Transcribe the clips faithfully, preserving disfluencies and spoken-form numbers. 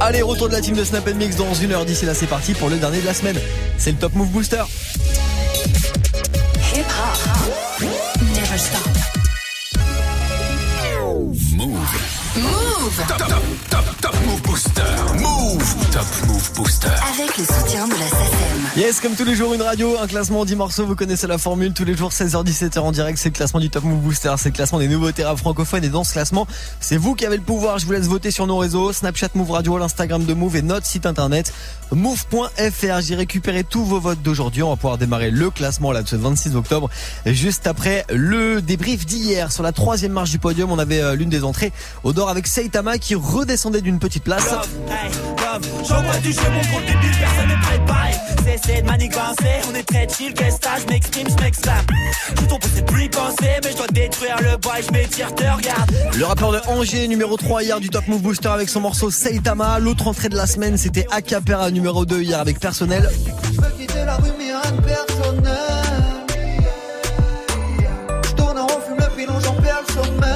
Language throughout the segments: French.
Allez, retour de la team de Snap and Mix dans une heure. D'ici là, c'est parti pour le dernier de la semaine. C'est le Top Move Booster. Hip hop, never stop. Move. Move. Top, top, top, top Move Booster. Move. Top Move Booster. Avec le soutien de la S A C E M. Yes, comme tous les jours, une radio, un classement, dix morceaux, vous connaissez la formule. Tous les jours, seize heures dix-sept heures en direct, c'est le classement du Top Move Booster. C'est le classement des nouveautés rap francophones. Et dans ce classement, c'est vous qui avez le pouvoir. Je vous laisse voter sur nos réseaux, Snapchat Move Radio, l'Instagram de Move et notre site internet move point f r. J'ai récupéré tous vos votes d'aujourd'hui. On va pouvoir démarrer le classement là de ce vingt-six octobre. Juste après le débrief d'hier. Sur la troisième marche du podium, on avait l'une des entrées au d'or avec Saitama qui redescendait d'une petite place. Love, hey, love. J'envoie du jeu, mon gros débile, personne ne préparait. Cessez de manigancer, on est très chill, qu'est-ce que je m'exprime, je m'exclame. Je tombe, c'est plus y penser, mais je dois détruire le bois et je m'étire, te regarde. Le rappeur de Angers, numéro trois hier du Top Move Booster avec son morceau Saitama. L'autre entrée de la semaine, c'était Acapera numéro deux hier avec Personnel. Je veux quitter la rue, mais rien de personnel. Je tourne en rond, fume le pilon, j'en perds le sommeil.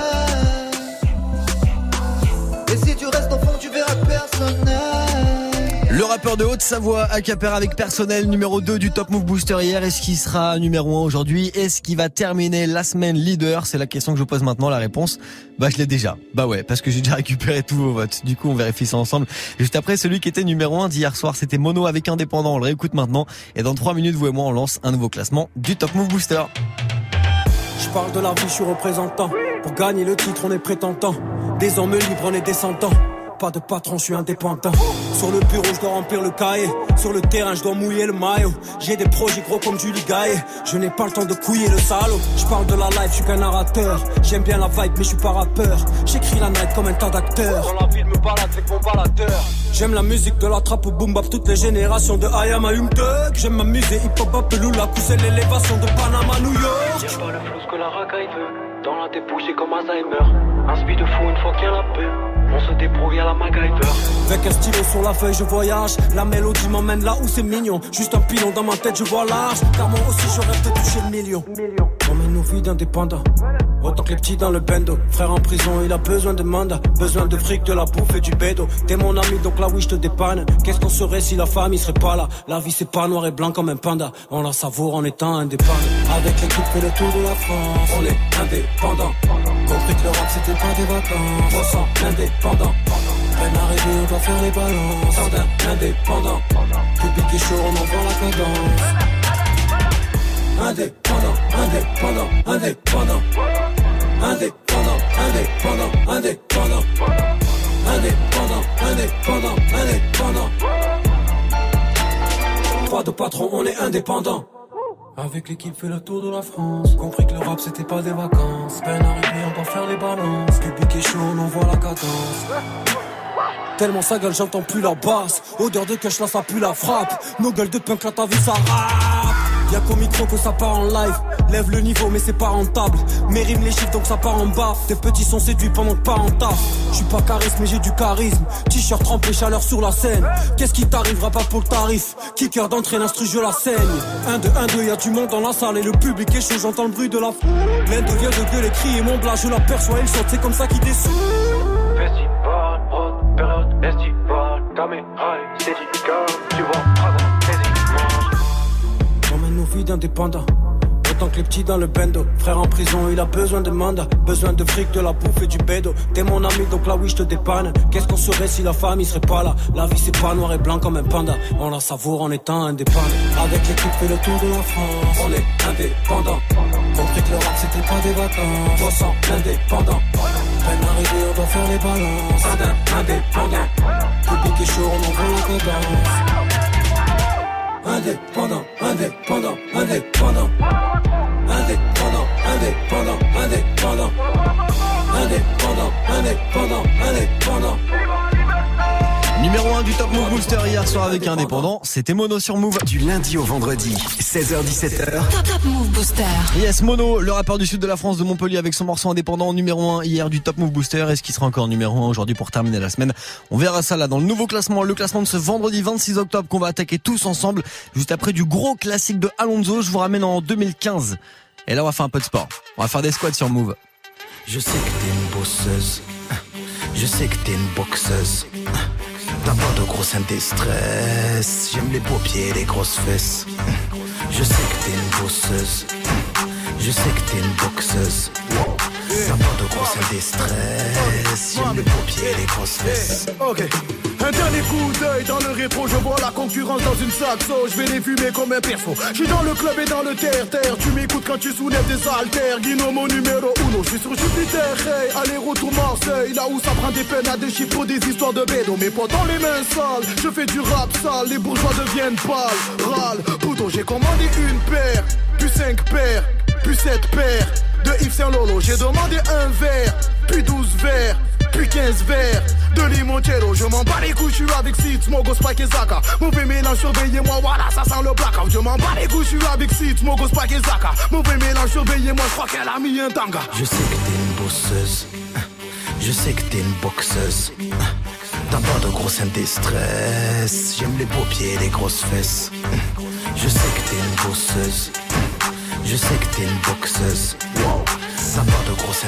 Et si tu restes en fond, tu verras personnel. Le rappeur de Haute-Savoie, Acapera avec Personnel, numéro deux du Top Move Booster hier. Est-ce qu'il sera numéro un aujourd'hui? Est-ce qu'il va terminer la semaine leader? C'est la question que je pose maintenant. La réponse, bah je l'ai déjà. Bah ouais, parce que j'ai déjà récupéré tous vos votes. Du coup, on vérifie ça ensemble. Juste après, celui qui était numéro un d'hier soir, c'était Mono avec Indépendant. On le réécoute maintenant. Et dans trois minutes, vous et moi, on lance un nouveau classement du Top Move Booster. Je parle de la vie, je suis représentant. Pour gagner le titre, on est prétentant. Des hommes libres, on est descendants. Pas de patron, je suis indépendant. Sur le bureau, je dois remplir le cahier. Sur le terrain, je dois mouiller le maillot. J'ai des projets gros comme Julie Gaillet. Je n'ai pas le temps de couiller le salaud. Je parle de la life, je suis qu'un narrateur. J'aime bien la vibe, mais je suis pas rappeur. J'écris la night comme un tas d'acteurs. Dans la ville, me balade avec mon baladeur. J'aime la musique de la trappe au boom bap. Toutes les générations de I am a Young Thug. J'aime m'amuser, hip hop, Peloula. Pousser l'élévation de Panama, New York. Y'a pas le flou que la racaille veut. Dans la débouche, c'est comme Alzheimer. Un speed de fou une fois qu'il y a la peur. On se débrouille à la MacGyver. Avec un stylo sur la feuille, je voyage. La mélodie m'emmène là où c'est mignon. Juste un pilon dans ma tête, je vois large. Car moi aussi, je rêve de toucher le million. On mène nos vies d'indépendants. Autant que les petits dans le bendo. Frère en prison, il a besoin de mandat. Besoin de fric, de la bouffe et du bédo. T'es mon ami, donc là oui, je te dépanne. Qu'est-ce qu'on serait si la famille serait pas là? La vie, c'est pas noir et blanc comme un panda. On la savoure en étant indépendant. Avec l'équipe fait le tour de la France. On est indépendant. Compris que le rap c'était pas des vacances. On sent indépendant. Peine arrivée, on doit faire les balances. Sardin indépendant. Public est chaud, on envoie la cadence. Indépendant, indépendant, indépendant. Indépendant, indépendant, indépendant. Indépendant, indépendant, indépendant. Pas de patron, on est indépendant. Avec l'équipe fait le tour de la France. Compris que le rap c'était pas des vacances. Peine arrivée, on doit faire les balances. Public est chaud, on envoie la cadence. Tellement sa gueule, j'entends plus la basse. Odeur de cash, là ça pue la frappe. Nos gueules de punk, là t'as vu ça rap. Y'a qu'au micro que ça part en live. Lève le niveau mais c'est pas rentable. Mes rimes les chiffres donc ça part en bas. Tes petits sont séduits pendant que pas en taf. J'suis pas charisme mais j'ai du charisme. T-shirt trempé, chaleur sur la scène. Qu'est-ce qui t'arrivera pas pour le tarif? Kicker d'entrée, l'instru je la saigne. un deux, un deux, y'a du monde dans la salle. Et le public est chaud, j'entends le bruit de la foule. L'un devient de gueuler, crier mon blas. Je l'aperçois, il saute, c'est comme ça qu'il descend. Festival, haute période estivale. Caméra, c'est du gars, tu vois, Prada, on mène nos vies d'indépendants. Autant que les petits dans le bendo. Frère en prison, il a besoin de mandat. Besoin de fric, de la bouffe et du bédo. T'es mon ami, donc là oui je te dépanne. Qu'est-ce qu'on serait si la famille serait pas là? La vie c'est pas noir et blanc comme un panda. On la savoure en étant indépendant. Avec l'équipe fait le tour de la France. On est indépendant. Compris que le rap c'était pas des vacances. On sent indépendant. Peine arrivée, on doit faire les balances. Sardin indépendant. Public est chaud, on envoie la cadence. Indépendant, indépendant, indépendant. Indépendant, indépendant, indépendant. Indépendant, indépendant, indépendant. Numéro un du Top Move Booster hier soir avec Indépendant, c'était Mono sur Move. Du lundi au vendredi, seize heures dix-sept heures. Top, Top Move Booster. Yes, Mono, le rappeur du sud de la France de Montpellier avec son morceau Indépendant, numéro un hier du Top Move Booster. Est-ce qu'il sera encore numéro un aujourd'hui pour terminer la semaine? On verra ça là dans le nouveau classement, le classement de ce vendredi vingt-six octobre qu'on va attaquer tous ensemble. Juste après du gros classique de Alonso, je vous ramène en deux mille quinze. Et là on va faire un peu de sport. On va faire des squats sur Move. Je sais que t'es une bosseuse. Je sais que t'es une boxeuse. T'as pas de gros seins stress. J'aime les paupiers et les grosses fesses. Je sais que t'es une bosseuse. Je sais que t'es une boxeuse. T'as pas de gros seins stress. J'aime les paupiers et les grosses fesses. Ok. Un dernier coup d'œil dans le rétro, je vois la concurrence dans une saxo. Je vais les fumer comme un perso. J'suis dans le club et dans le terre-terre. Tu m'écoutes quand tu soulèves des haltères. Guino mon numéro uno, j'suis sur Jupiter. Hey, aller-retour Marseille, là où ça prend des peines à des chiffres pour des histoires de bédo. Mais pas dans les mains sales, je fais du rap sale. Les bourgeois deviennent pâles, râle. Pouton, j'ai commandé une paire, puis cinq paires, puis sept paires de Yves Saint Lolo. J'ai demandé un verre, puis douze verres, puis quinze verres de limoncello. Je m'en bats les couilles, je suis avec Sid, Smogo, Spike et Zaka. Mauvais mélange, surveillez-moi, voilà, ça sent le blackout. Je m'en bats les couilles, je suis avec Sid, Smogo, Spike et Zaka. Mauvais mélange, surveillez-moi, je crois qu'elle a mis un tanga. Je sais que t'es une bosseuse. Je sais que t'es une boxeuse. T'as pas de gros seins stress. J'aime les paupiers et les grosses fesses. Je sais que t'es une bosseuse. Je sais que t'es une boxeuse. Wow. T'as pas de gros seins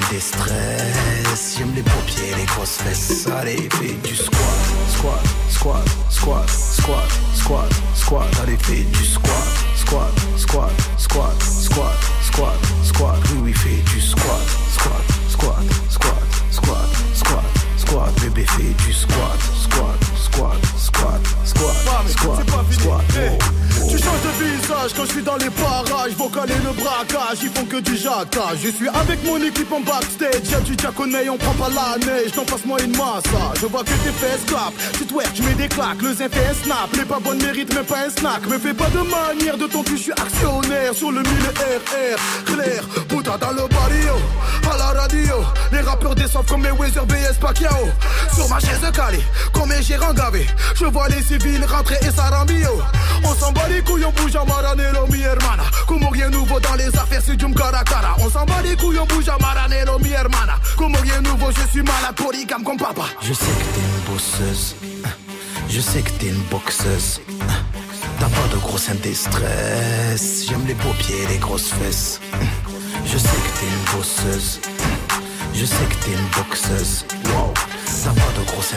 stress. J'aime les paupiers et les grosses fesses. Allez, fais du squat, squat, squat, squat, squat, squat, squat. Allez, fais du squat, squat, squat, squat, squat, squat, squat. Oui, oui, fais du squat, squat, squat, squat, squat, squat, squat. Bébé, fais du squat, squat, squat, squat, squat, squat, squat. Tu changes de visage quand je suis dans les parages. Vocal et le braquage, ils font que du jactage. Je suis avec mon équipe en backstage. Y'a du diaconnet, on prend pas la neige. Non, passe-moi une masse. Je vois que tes fesses clap. Tu twerk, je mets des claques. Le zin fait un snap. Les pas bonnes méritent même pas un snack. Me fais pas de manière de ton cul, je suis actionnaire. Sur le mille R R, clair. Putain dans le barrio, à la radio. Les rappeurs descendent comme mes Weezer V S Pacquiao. Sur ma chaise calée, comme un gérant gavé. Je vois les civils rentrer et s'arambio. On s'en bat les couilles, on bouge à Maranello, mi hermana. Comme rien nouveau dans les affaires, c'est du cara cara. On s'en bat les couilles, on bouge à Maranello, mi hermana. Comme rien nouveau, je suis malade, polygame comme papa. Je sais que t'es une bosseuse. Je sais que t'es une boxeuse. T'as pas de gros seins stress. J'aime les paupiers et les grosses fesses. Je sais que t'es une bosseuse. Je sais que t'es une boxeuse. Wow. T'as pas de gros seins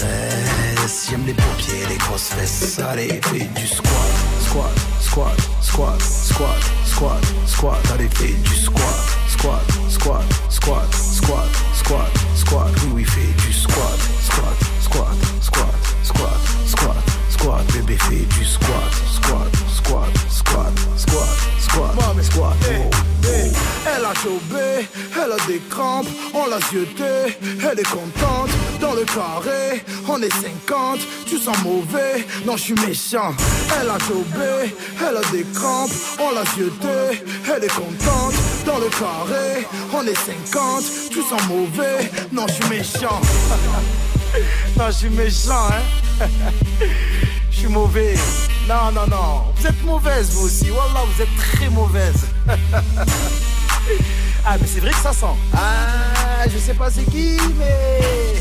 stress. J'aime les paupiers et les grosses fesses. Allez, fais du squat, squat, squat, squat, squat, squat, squat. Allez, fais du squat, squat, squat, squat, squat, squat, squat. Oui, oui, fais du squat, squat, squat, squat, squat, squat, squat. Bébé, fais du squat, squat, squat, squat, squat, squat, squat. Elle a chopé, elle a des crampes, on l'a zioté, elle est contente, dans le carré, on est cinquante, tu sens mauvais, non je suis méchant. Elle a chopé, elle a des crampes, on l'a zioté, elle est contente, dans le carré, on est cinquante, tu sens mauvais, non je suis méchant. Non je suis méchant hein. Je suis mauvais. Non, non, non. Vous êtes mauvaise, vous aussi. Wallah, vous êtes très mauvaise. Ah, mais c'est vrai que ça sent. Ah, je sais pas c'est qui, mais...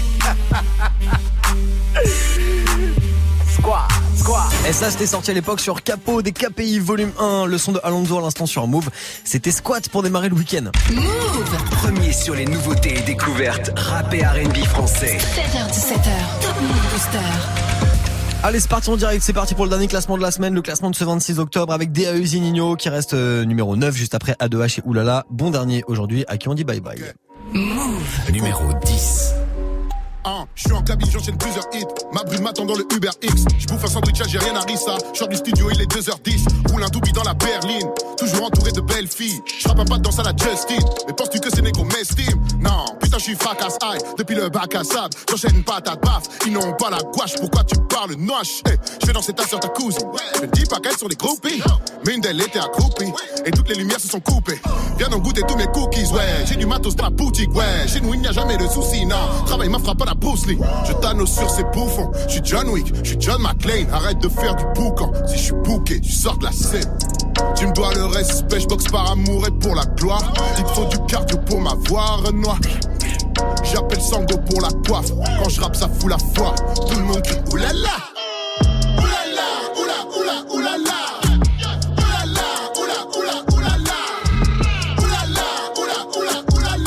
Squat, squat. Et ça, c'était sorti à l'époque sur Capo des K P I volume un. Le son de Alonso à l'instant sur Move. C'était Squat pour démarrer le week-end. Move. Premier sur les nouveautés et découvertes rap et R and B français. sept heures dix-sept heures. Top Move Booster. Allez, c'est parti en direct, c'est parti pour le dernier classement de la semaine, le classement de ce vingt-six octobre avec D A E Zininho qui reste euh, numéro neuf juste après A deux H et Oulala. Bon dernier aujourd'hui, à qui on dit bye bye. Move. Numéro dix. Ah, je suis en cabine, j'enchaîne plusieurs hits. Ma brune m'attend dans le Uber X. Je bouffe un sandwich, j'ai rien à rissa. Je sors du studio, il est deux heures dix. Roule un doubi dans la berline. Toujours entouré de belles filles. Je rappe un pas de danse à la Justin. Mais penses-tu que ces négros m'estiment? Non, putain, je suis fracasse aïe. Depuis le bac à sable, j'enchaîne patate baf. Ils n'ont pas la gouache, pourquoi tu parles noche? Hey, je vais danser ta soeur, ta cousine. Je ne dis pas qu'elles sont des groupies, mais une d'elles était accroupie. Et toutes les lumières se sont coupées. Viens donc goûter tous mes cookies, ouais. J'ai du matos dans la boutique, ouais. Chez nous, il n'y a jamais de soucis, non. Travail m'a frappé à la Bruce Lee. Je t'annonce sur ces bouffons. Je suis John Wick, je suis John McClane. Arrête de faire du boucan. Si je suis bouqué, tu sors de la scène. Tu me dois le respect, je boxe par amour et pour la gloire. Il te faut du cardio pour m'avoir noir. J'appelle Sango pour la coiffe. Quand je rappe, ça fout la foi. Tout le monde crie oulala. Oulala, oula, oula, oulala.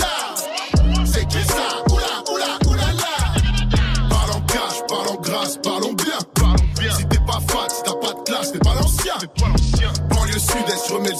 Parle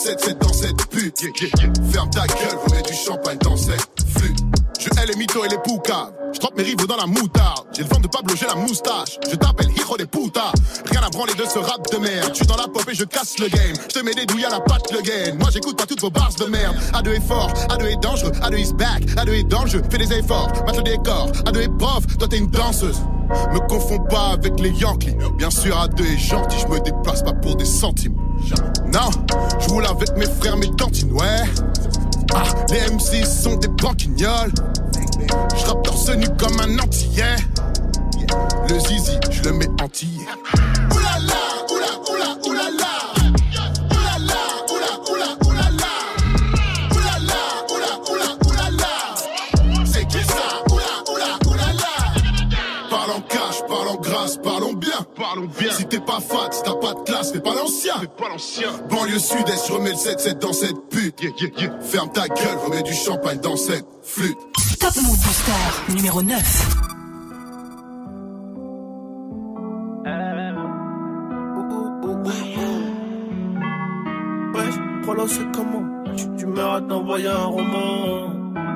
sept sept dans cette pute. Yeah, yeah, yeah. Ferme ta gueule, remets du champagne dans cette flûte. Je hais les mythos et les poucaves. Je trempe mes rivaux dans la moutarde. J'ai le vent de Pablo, j'ai la moustache. Je t'appelle hijo de puta. Rien à branler de ce rap de merde. Je suis dans la pop et je casse le game. Je te mets des douilles à la patte le gain. Moi j'écoute pas toutes vos bars de merde. A deux est fort, A deux est dangereux, A deux is back, A deux est dans le jeu. Fais des efforts, mate le décor. A deux est prof, toi t'es une danseuse. Me confonds pas avec les Yankees. Bien sûr A deux est gentil, je me déplace pas pour des centimes. Non, je roule avec mes frères, mes tantines, ouais. Ah, les M C sont des banquignoles. Je rappe torse nu comme un antillais. Le zizi, je le mets antillais. Oulala, oula, oula, oulala. Oulala, oula, oula, oulala. Oulala, oula, oula, oulala. C'est qui ça? Oula, oula, oulala. Parle en cash, parle en grâce, parlons bien. Parlons bien. Si t'es pas fat, si t'as pas de classe, fais pas l'ancien. Fais pas l'ancien. Banlieue sud-est, je remets le sept sept dans cette pute. Yeah, yeah, yeah. Ferme ta gueule, remets du champagne dans cette flûte. Top Move Booster numéro neuf. Ouais, Frollo c'est comment? Tu, tu meurs d'envoyer un roman.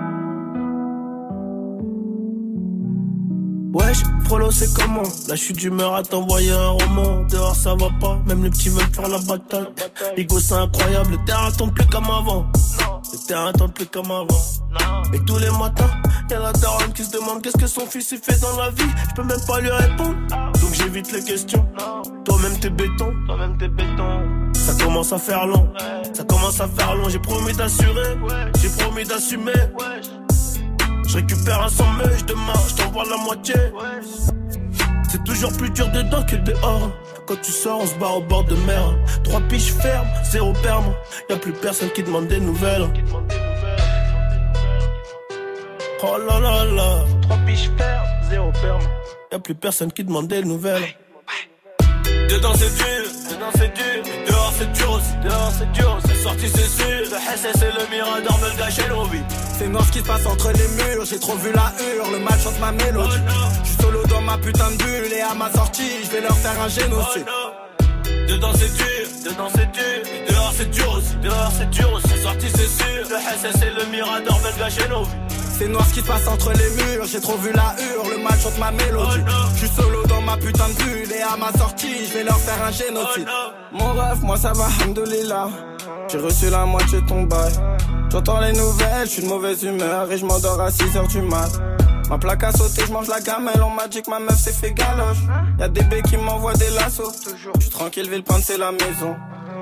Wesh, Frollo c'est comment? La chute d'humeur à t'envoyer un roman. Dehors ça va pas, même les petits veulent faire la bataille. Ligo c'est incroyable, le terrain tombe plus comme avant. Le terrain tombe plus comme avant. Et tous les matins, y'a la daronne qui se demande qu'est-ce que son fils il fait dans la vie. Je peux même pas lui répondre, donc j'évite les questions. Toi-même t'es béton, toi-même t'es béton. Ça commence à faire long, ça commence à faire long. J'ai promis d'assurer, j'ai promis d'assumer. Je récupère un sans meuge demain, je t'envoie la moitié. C'est toujours plus dur dedans que dehors. Quand tu sors, on se barre au bord de mer. Trois piches fermes, zéro perme. Y'a plus personne qui demande des nouvelles. Oh là là là. Trois piches fermes, zéro perme. Y'a plus personne qui demande des nouvelles. Dedans c'est dur, dedans c'est dur. Dehors c'est dur aussi, dehors c'est dur. C'est sorti c'est sûr. Le S S et le Mirador me le gâchent l'envie. C'est noir ce qui se passe entre les murs. J'ai trop vu la hurle, le mal chante ma mélodie. Oh J'suis solo dans ma putain de bulle. Et à ma sortie, j'vais leur faire un génocide. Oh dedans c'est dur, dedans c'est dur. Dehors c'est dur aussi, dehors c'est dur aussi. C'est sorti c'est sûr. Le S S et le Mirador me le gâchent l'envie. C'est noir ce qui se passe entre les murs. J'ai trop vu la hurle, le mal chante ma mélodie. Oh J'suis solo dans ma putain de bulle. Et à ma sortie, j'vais leur faire un génocide. Oh Mon rêve, moi ça va, hamdoulillah. J'ai reçu la moitié de ton bail. J'entends les nouvelles, j'suis de mauvaise humeur. Et j'm'endors à six heures du mat. Ma plaque a sauté, j'mange la gamelle. On m'a dit que ma meuf s'est fait galoche. Y'a des baies qui m'envoient des lassos. J'suis tranquille, Villepinte c'est la maison.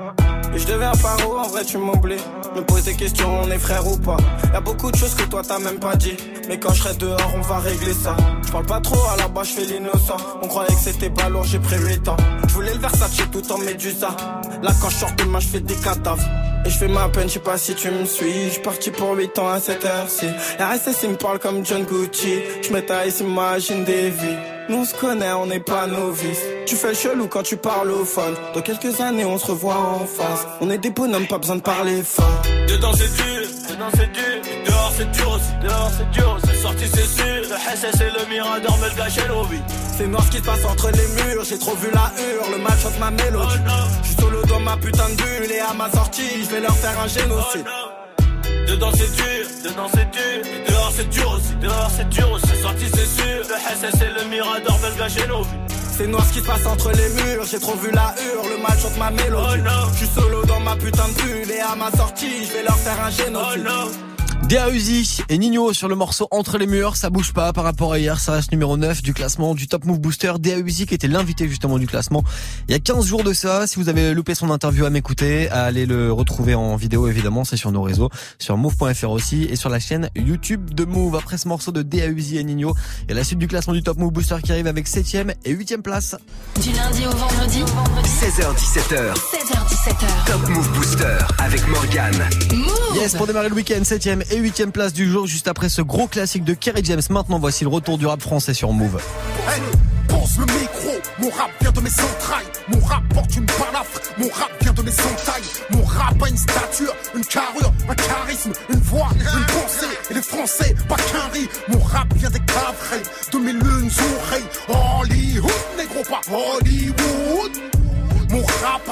Et je deviens paro, en vrai tu m'oublies. Me pose des questions, on est frère ou pas. Y'a beaucoup de choses que toi t'as même pas dit. Mais quand je serai dehors, on va régler ça. Je parle pas trop, à la base je fais l'innocent. On croyait que c'était pas lourd, j'ai pris huit ans. Je voulais le Versace tout en médusa. Là quand je sors demain, je fais des cadavres. Et je fais ma peine, je sais pas si tu me suis. Je suis parti pour huit ans à cette heure-ci. R S S il me parle comme John Gucci. Je m'étais imagine des vies. Nous on se connaît, on n'est pas novices. Tu fais le chelou quand tu parles au phone. Dans quelques années on se revoit en face. On est des bonhommes, pas besoin de parler fort. Dedans c'est dur, dedans c'est dur. Dehors c'est dur aussi, dehors c'est dur. C'est sorti c'est sûr. Le S S et le Mirador me le gâchent l'envie. C'est noir ce qui se passe entre les murs. J'ai trop vu la hurle, le mal chante ma mélodie. Oh J'suis solo dans ma putain de bulle. Et à ma sortie, j'vais leur faire un génocide. Oh dedans c'est dur, dedans c'est dur. Dehors c'est dur aussi, dehors c'est dur aussi. C'est sorti c'est sûr. Le S S et le Mirador me le gâchent l'envie. C'est noir ce qui se passe entre les murs. J'ai trop vu la hurle, le mal chante ma mélodie. Oh J'suis solo dans ma putain de bulle. Et à ma sortie, j'vais leur faire un génocide. Oh D A Uzi et Nino sur le morceau Entre les murs, ça bouge pas par rapport à hier, ça reste numéro neuf du classement du Top Move Booster. D A Uzi qui était l'invité justement du classement il y a quinze jours de ça. Si vous avez loupé son interview à m'écouter, allez le retrouver en vidéo évidemment, c'est sur nos réseaux, sur move point f r aussi et sur la chaîne YouTube de Move. Après ce morceau de D A Uzi et Nino, il y a la suite du classement du Top Move Booster qui arrive avec septième et huitième place. Du lundi au vendredi, seize heures dix-sept heures. seize heures dix-sept heures. Top Move Booster avec Morgane. Move. Yes, pour démarrer le week-end, septième et huitième place du jour, juste après ce gros classique de Kerry James. Maintenant, voici le retour du rap français sur Move. Hey, pense le micro, mon rap vient de mes entrailles. Mon rap porte une balafre, mon rap vient de mes entailles. Mon rap a une stature, une carrure, un charisme, une voix, une pensée. Et les Français, pas qu'un riz. Mon rap vient des cavrets, de mes lunes oreilles. Hollywood, négro, pas Hollywood. Mon rap a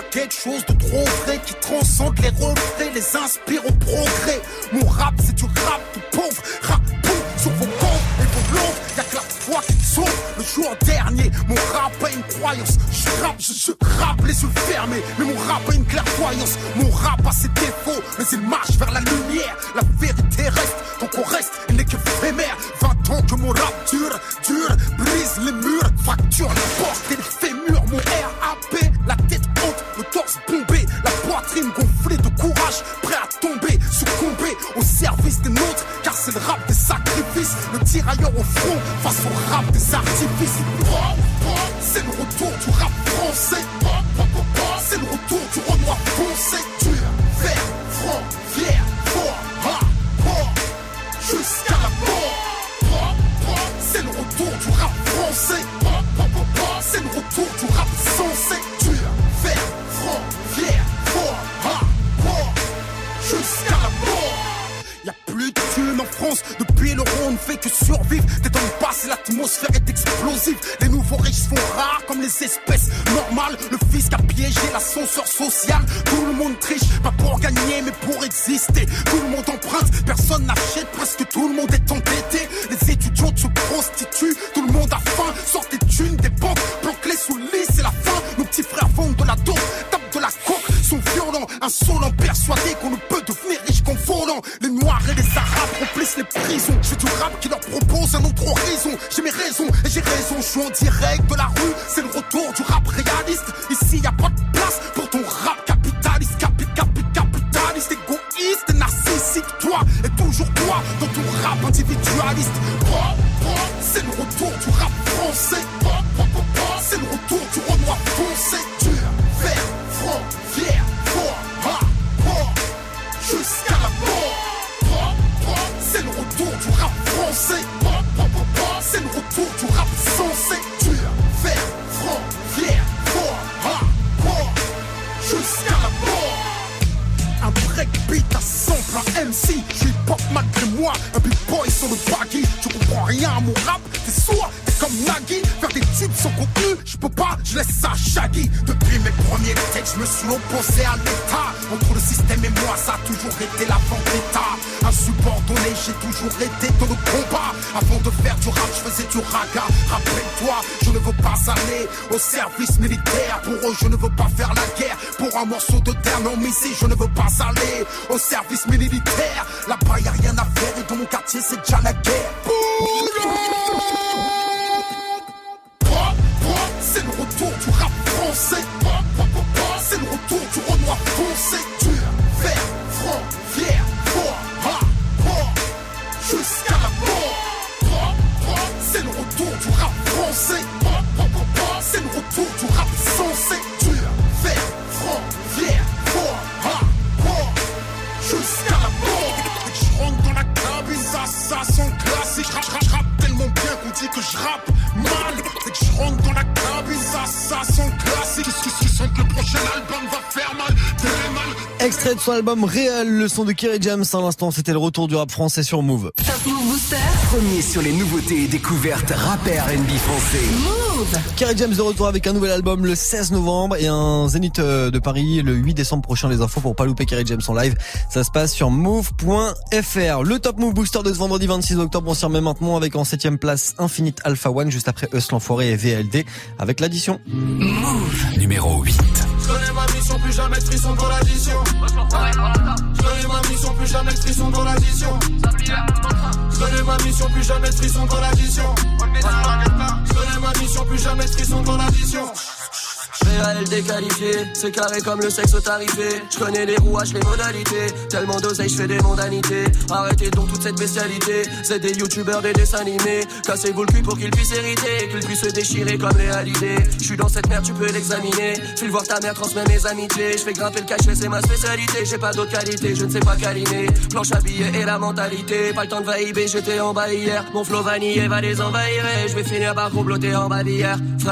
quelque chose de trop vrai qui transcende les refrains, les inspire au progrès. Mon rap c'est du rap tout pauvre, rap boum sur vos comptes et vos longues. Y'a que la foi qui sauve. Le jour dernier, mon rap a une croyance. Je rappe, je, je rappe les yeux fermés, mais mon rap a une clairvoyance. Mon rap a ses défauts, mais il marche vers la lumière. La vérité reste, donc on reste, il n'est que éphémère. Vingt ans que mon rap dure, dure, brise les murs, fracture les portes et les fémurs. Mon R A P, la tête haute, le torse bombé, la poitrine gonflée de courage, prêt à tomber, succomber au service des nôtres, car c'est le rap des sacrifices, le tirailleur au front face au rap des artifices. C'est le retour du rap français, c'est le retour du Renoir foncé, dur, vert, franc, fier, fort, hardcore, jusqu'à la mort. C'est le retour du rap français, c'est le retour du rap sensé, dur, vert, franc, fier, fort, hardcore, jusqu'à la mort. Y'a plus de thunes en France, depuis l'euro on ne fait que survivre. T'es dans le passé, l'atmosphère est explosive. Les nouveaux riches sont rares comme les espèces normales. Le fisc a piégé l'ascenseur social. Tout le monde triche, pas pour gagner mais pour exister. Tout le monde emprunte, personne n'achète, presque tout le monde est endetté. Les étudiants se prostituent, tout le monde a faim. Sortent des thunes, des banques, planquées sous le lit, c'est la fin. Nos petits frères vendent de la dope, tapent de la coke, sont violents, insolents, persuadés qu'on ne peut devenir riche qu'en volant. Les noirs et les arabes remplissent les prisons. Je fais du rap qui leur propose un autre horizon. J'ai mes raisons et j'ai raison, je suis en direct de la rue. C'est le retour du rap réaliste. Ici y a pas de place pour ton rap capitaliste. Capi, capi, capitaliste, égoïste et narcissique. Toi et toujours toi dans ton rap individualiste. C'est le retour du rap français. C'est le retour du Renoir foncé. Dur, vert, franc, fier, fort, hardcore, jusqu'à la mort. C'est le retour du rap français. C'est le retour du rap sensé. Dur, vert, franc, fier, fort, hardcore, jusqu'à la mort. Un breakbeat à sample, un M C. Je suis pop malgré moi, un big boy sur le baggy. Tu comprends rien à mon rap, t'es sourd, t'es comme Nagui. Faire des tubes sans contenu, je peux pas, je laisse ça à Shaggy. Depuis mes premiers textes, je me suis opposé à l'état. Entre le système et moi, ça a toujours été la vendetta. Insubordonné, j'ai toujours été dans le combat. Avant de faire du rap, je faisais du raga. Rappelle-toi, je ne veux pas aller au service militaire. Pour eux, je ne veux pas faire la guerre. Pour un morceau de terre, non, mais ici, je ne veux pas aller au service militaire. Là-bas, y'a rien à faire et dans mon quartier, c'est déjà la guerre. C'est le retour du rap français. C'est le retour du Renoir foncé. Dur, vert, franc, fier, fort, hardcore, jusqu'à la mort. C'est le retour du rap français. C'est le retour du rap sensé. Dur, vert, franc, fier, fort, hardcore, jusqu'à la mort. Je rentre dans la cabine, ça, ça sent classique. Je rappe tellement bien qu'on dit que je rappe mal. C'est que je rentre dans la cabine, ça, ça sent classique. Tu sens que le prochain album va faire mal, très mal. Extrait de son album Réel, le son de Kerry James. À l'instant, c'était le retour du rap français sur Move. Top Move Booster. Premier sur les nouveautés et découvertes rappeurs R and B français. Move. Kerry James de retour avec un nouvel album le seize novembre et un Zénith de Paris le huit décembre prochain. Les infos pour pas louper Kerry James en live, ça se passe sur move point f r. Le Top Move Booster de ce vendredi vingt-six octobre, on s'y remet maintenant avec en septième place Infinite Alpha One, juste après Eus l'Enfoiré et V L D avec l'addition. Move numéro huit. Je connais ma mission, plus jamais de frisson dans l'addition. Je connais ma mission, plus jamais de frisson dans l'addition. Je connais ma mission, plus jamais de frisson dans l'addition. Je connais ma mission, plus jamais de frisson dans l'addition. Réel déqualifié, c'est carré comme le sexe tarifé. Je connais les rouages, les modalités. Tellement d'oseille, je fais des mondanités. Arrêtez donc toute cette bestialité. C'est des youtubeurs, des dessins animés. Cassez-vous le cul pour qu'ils puissent hériter, qu'ils puissent se déchirer comme les halidés. Je suis dans cette merde, tu peux l'examiner. File voir ta mère, transmets mes amitiés. Je fais grimper le cachet, c'est ma spécialité. J'ai pas d'autre qualité, je ne sais pas câliner. Planche à billets et la mentalité. Pas le temps de vaïber, j'étais en bas hier. Mon flow vanillé va les envahir. Je vais finir par comploter en bas d'hier. Frère,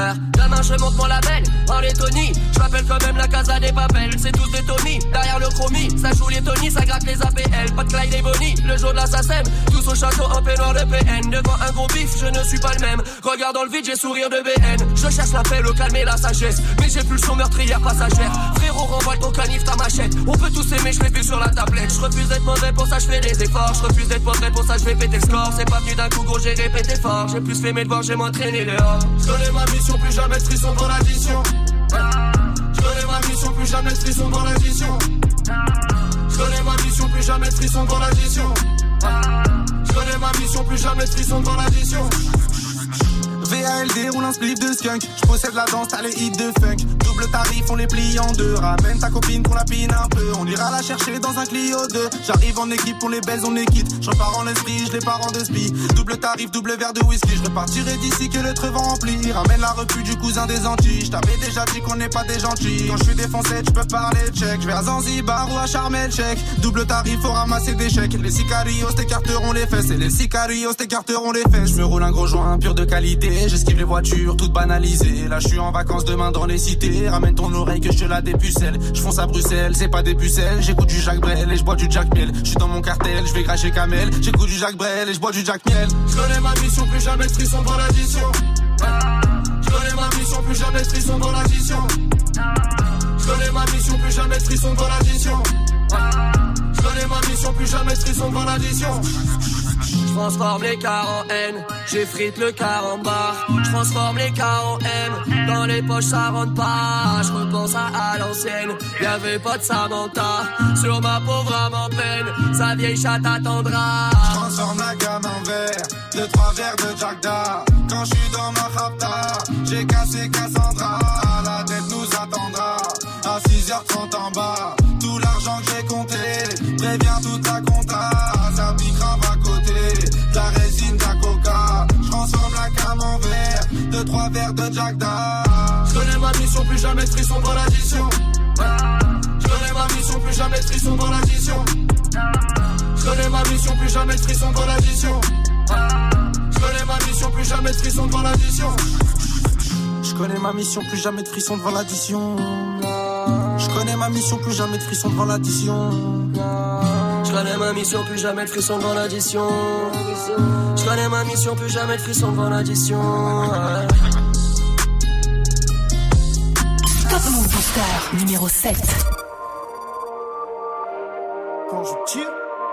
main, je monte mon label. En Lettonie, je m'appelle quand même la Casa des Papels. C'est tous des Tony, derrière le chromie. Ça joue les Tony, ça gratte les A P L. Pas de Clyde et Bonnie, le jour de l'assassin. Tous au château en peignoir de P N. Devant un gros bif, je ne suis pas le même. Regarde dans le vide, j'ai sourire de B N. Je cherche la paix, le calme et la sagesse. Mais j'ai plus le son meurtrière passagère. Frérot, renvoie ton canif, ta machette. On peut tous aimer, je l'ai vu sur la tablette. Je refuse d'être mauvais, pour ça je fais des efforts. Je refuse d'être mauvais, pour ça je vais péter le score. C'est pas venu d'un coup, gros, j'ai répété fort. J'ai plus fait mes devoirs, j'ai m'entraîné dehors. Je connais ma mission, plus jamais de frisson dans l'addition. Je connais ma mission, plus jamais de frisson dans l'addition. Je connais ma mission, plus jamais de frisson dans l'addition. Je connais ma mission, plus jamais de frisson dans l'addition. V A L D roule un spliff de skunk. J'possède la danse, t'as les hits de funk. Double tarif, on les plie en deux. Ramène ta copine pour la pine un peu. On ira la chercher dans un Clio deux. J'arrive en équipe, on les baise, on les quitte. J'repars en esprit, j'les pars en deux spi. Double tarif, double verre de whisky. J'repartirai d'ici que le treu va remplir. Ramène la repu du cousin des Antilles. J't'avais déjà dit qu'on n'est pas des gentils. Quand j'suis défoncé, j'peux parler tchèque. J'vais à Zanzibar ou à Sharm el Sheikh. Double tarif, faut ramasser des chèques. Les sicarios t'écarteront les fesses. Et les sicarios t'écarteront les fesses. J'me roule un gros joint pur de qualité. J'esquive les voitures, toutes banalisées. Là, je suis en vacances demain dans les cités. Ramène ton oreille que je te la dépucelle. Je fonce à Bruxelles, c'est pas des pucelles. J'écoute du Jacques Brel et je bois du Jack Miel. Je suis dans mon cartel, je vais cracher Kamel. J'écoute du Jacques Brel et je bois du Jack Miel. Je connais ma mission, plus jamais de frisson dans l'addition. Je connais ma mission, plus jamais de frisson dans l'addition. Je connais ma mission, plus jamais de frisson dans l'addition. Je connais ma mission, plus jamais de frisson dans l'addition. Je transforme les cars en haine, j'effrite le car en bar. Je transforme les cars en M, dans les poches ça rentre pas. Je repense à, à l'ancienne, y'avait pas de Samantha. Sur ma pauvre âme en peine, sa vieille chatte attendra. Je transforme la gamme en verre, deux trois verres de Jack Da. Quand je suis dans ma rapta, j'ai cassé Cassandra. La dette nous attendra, à six heures trente en bas. Tout l'argent que j'ai compté, préviens toute la compta. Ça piquera à côté, de la résine, de la coca. Je transforme la cam en verre, deux trois verres de Jack Da. Je connais ma mission, plus jamais de frisson dans l'addition. Je connais ma mission, plus jamais de frisson dans l'addition. Je connais ma mission, plus jamais de frisson dans l'addition. Je connais ma mission, plus jamais de frisson devant l'addition. Je connais ma mission, plus jamais de frisson devant l'addition. Je connais ma mission, plus jamais de frisson devant l'addition. Je connais ma mission, plus jamais de frisson devant l'addition. Je connais ma mission, plus jamais de frisson devant l'addition. Top Move Booster numéro sept. Quand je tire,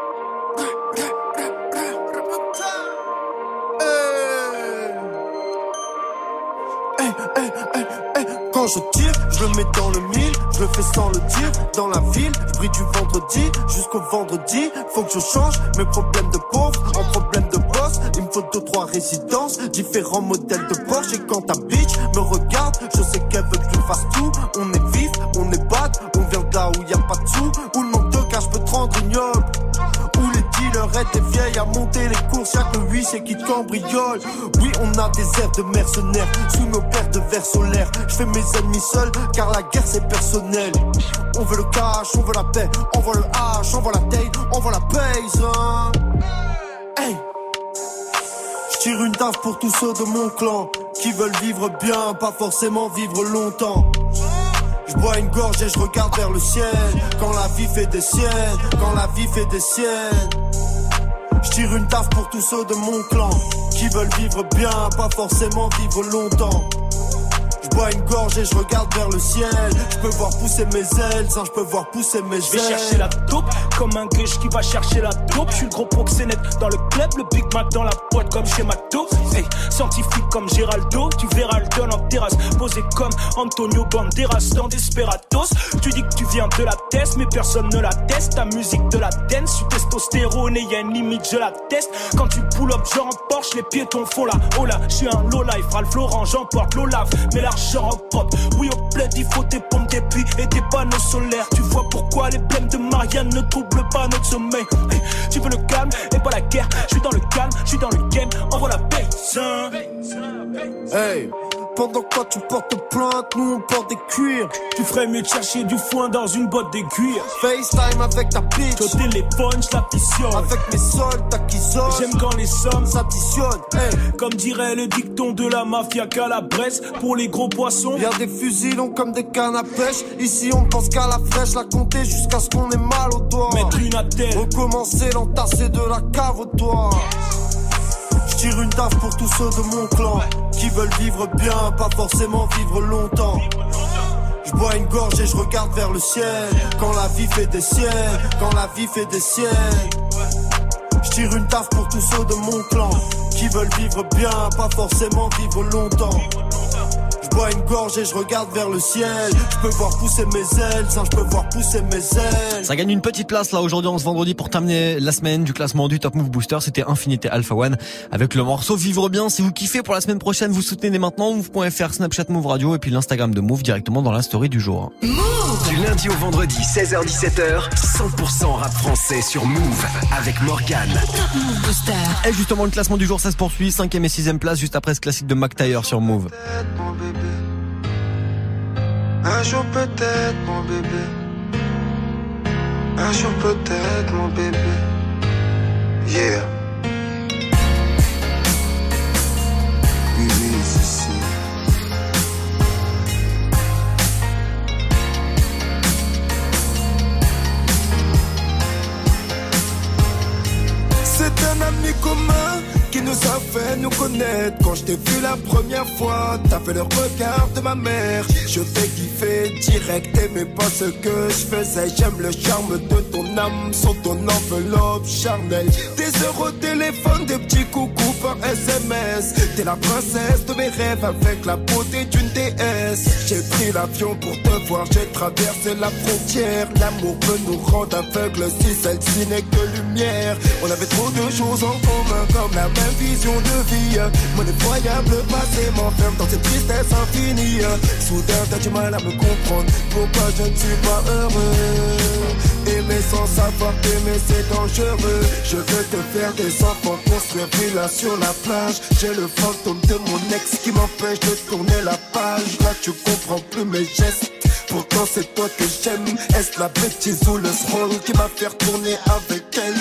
quand je tire, je le mets dans le mille, je le fais sans le dire, dans la ville, je brille du vendredi jusqu'au vendredi, faut que je change mes problèmes de pauvre en problèmes de boss, il me faut deux trois résidences, différents modèles de Porsche, et quand ta bitch me regarde, je sais qu'elle veut que je fasse tout, on est vif, on est bad, on vient de là où y a pas de sous, où le manque de cash peut te rendre ignoble. Où les dealers étaient vieilles à monter les courses, y'a que le huissier qui te cambriole. Oui, on a des airs de mercenaires sous nos paires de verres solaires. Je fais mes ennemis seuls car la guerre c'est personnel. On veut le cash, on veut la paix, on veut le hache, on veut la taille, on veut la paise. Hein. Hey, j'tire une taf pour tous ceux de mon clan qui veulent vivre bien, pas forcément vivre longtemps. Je bois une gorge et je regarde vers le ciel. Quand la vie fait des siennes, quand la vie fait des siennes. Je tire une taf pour tous ceux de mon clan qui veulent vivre bien, pas forcément vivre longtemps. Je bois une gorge et je regarde vers le ciel. Je peux voir pousser mes ailes, sans je peux voir pousser mes ailes. Je vais chercher la taupe, comme un gueuche qui va chercher la taupe. Je suis le gros proxénète dans le club, le Big Mac dans la boîte comme chez McDo. Hey, scientifique comme Géraldo, tu verras le don en terrasse. Posé comme Antonio Banderas dans Desperados. Tu dis que tu viens de la test, mais personne ne la teste. Ta musique de la dance, je suis testostérone et y'a une limite, je la teste. Quand tu pull up genre en Porsche, les piétons font la hola. Je suis un low life, Ralph Lauren, j'emporte l'Olaf. Mais l'argent en propre, oui au plaid, il faut des pompes, des puits et des panneaux solaires. Tu vois pourquoi les blèmes de Marianne ne troublent pas notre sommeil. Hey, tu veux le calme et pas la guerre. Je suis dans le calme, je suis dans le game, envoie la paix. Hey, Pendant que toi tu portes plainte, nous on porte des cuirs. Tu ferais mieux de chercher du foin dans une botte de cuir. FaceTime avec ta bitch. Au téléphone, je l'additionne. Avec mes soldats qui sonnent. J'aime quand les sommes s'additionnent. Hey. Comme dirait le dicton de la mafia qu'à la Bresse. Pour les gros poissons, y'a des fusils longs comme des cannes à pêche. Ici on pense qu'à la fraîche, la compter jusqu'à ce qu'on ait mal au doigt. Mettre une attelle. Recommencer l'entasser de la cave au toit. J'tire une taf pour tous ceux de mon clan qui veulent vivre bien, pas forcément vivre longtemps. J'bois une gorge et je regarde vers le ciel. Quand la vie fait des siennes, quand la vie fait des siennes. J'tire une taf pour tous ceux de mon clan qui veulent vivre bien, pas forcément vivre longtemps. J'bois une gorge et je regarde vers le ciel. Je peux voir pousser mes ailes, ça je peux voir pousser mes ailes. Ça gagne une petite place là aujourd'hui en ce vendredi pour terminer la semaine du classement du Top Move Booster. C'était Infinité Alpha One avec le morceau Vivre Bien. Si vous kiffez pour la semaine prochaine, vous soutenez dès maintenant move point f r, Snapchat Move Radio et puis l'Instagram de Move directement dans la story du jour. Move. Du lundi au vendredi seize heures dix-sept heures, cent pour cent rap français sur Move avec Morgane. Top Move Booster. Et justement le classement du jour ça se poursuit, cinquième et sixième place juste après ce classique de Mac Taylor sur Move. Un jour peut-être mon bébé, un jour peut-être mon bébé, yeah. Oui, oui, ici. C'est un ami commun qui nous a fait nous connaître. Quand je t'ai vu la première fois, t'as fait le regard de ma mère. Je t'ai kiffé direct, t'aimais pas ce que je faisais. J'aime le charme de ton âme sur ton enveloppe charnelle. Des heures au téléphone, des petits coucous par S M S. T'es la princesse de mes rêves avec la beauté d'une déesse. J'ai pris l'avion pour te voir, j'ai traversé la frontière. L'amour peut nous rendre aveugles si celle-ci n'est que lumière. On avait trop de choses en commun comme la même vision de vie. Mon effroyable passé m'enferme dans cette tristesse infinie. Soudain t'as du mal à me comprendre pourquoi je ne suis pas heureux. Aimer sans savoir t'aimer c'est dangereux. Je veux te faire des enfants, construire villa sur la plage. J'ai le fantôme de mon ex qui m'empêche de tourner la page. Là tu comprends plus mes gestes, pourtant c'est toi que j'aime. Est-ce la bêtise ou le scroll qui m'a fait retourner avec elle?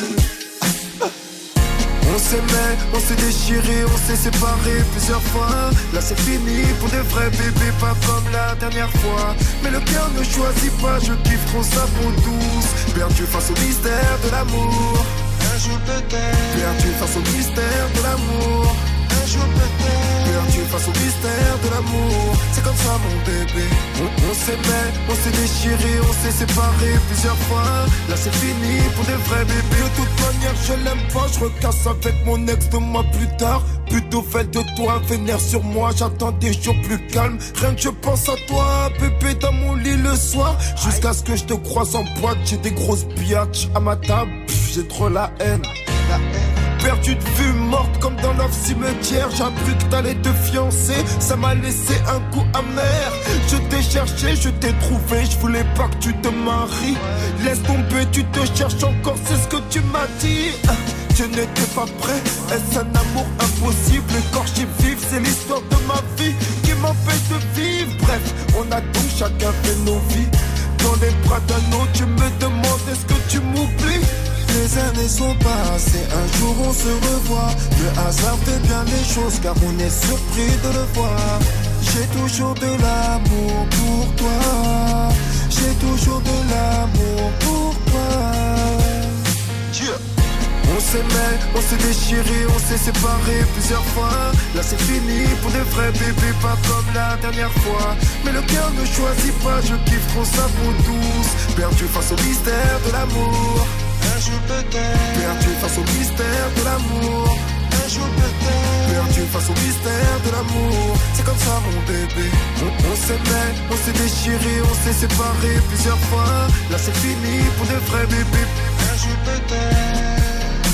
On s'aimait, on s'est déchiré, on s'est séparé plusieurs fois. Là c'est fini pour des vrais bébés, pas comme la dernière fois. Mais le cœur ne choisit pas, je kiffe trop sa peau douce. Perdu face au mystère de l'amour. Un jour peut-être. Perdu face au mystère de l'amour. Un jour peut-être. Perdu face au mystère de l'amour. C'est comme ça mon bébé. On, on s'aimait, on s'est déchiré, on s'est séparé plusieurs fois. Là c'est fini pour des vrais bébés. De toute manière je l'aime pas, je recasse avec mon ex deux mois plus tard. Plutôt fait de toi, vénère sur moi. J'attends des jours plus calmes. Rien que je pense à toi, bébé dans mon lit le soir. Jusqu'à ce que je te croise en boîte. J'ai des grosses biatches à ma table. Pff, j'ai trop la haine. La haine. Perdu de vue, morte comme dans leur cimetière. J'ai appris que t'allais te fiancer, ça m'a laissé un goût amer. Je t'ai cherché, je t'ai trouvé, je voulais pas que tu te maries. Laisse tomber, tu te cherches encore, c'est ce que tu m'as dit. Je n'étais pas prêt, est-ce un amour impossible? Écorché vif, c'est l'histoire de ma vie qui m'empêche de vivre. Bref, on a donc chacun fait nos vies. Dans les bras d'un autre, tu me demandes est-ce que tu m'oublies? Les années sont passées, un jour on se revoit. Le hasard fait bien les choses car on est surpris de le voir. J'ai toujours de l'amour pour toi. J'ai toujours de l'amour pour toi. Yeah. On s'aimait, on s'est déchiré, on s'est séparé plusieurs fois. Là c'est fini pour des vrais bébés, pas comme la dernière fois. Mais le cœur ne choisit pas, je kiffe trop sa peau douce. Perdu face au mystère de l'amour. Un jour peut-être. Perdu face au mystère de l'amour. Un jour peut-être. Perdu face au mystère de l'amour. C'est comme ça mon bébé. On, on s'aimait, on s'est déchiré, on s'est séparé plusieurs fois. Là c'est fini pour des vrais bébés. Un jour peut-être.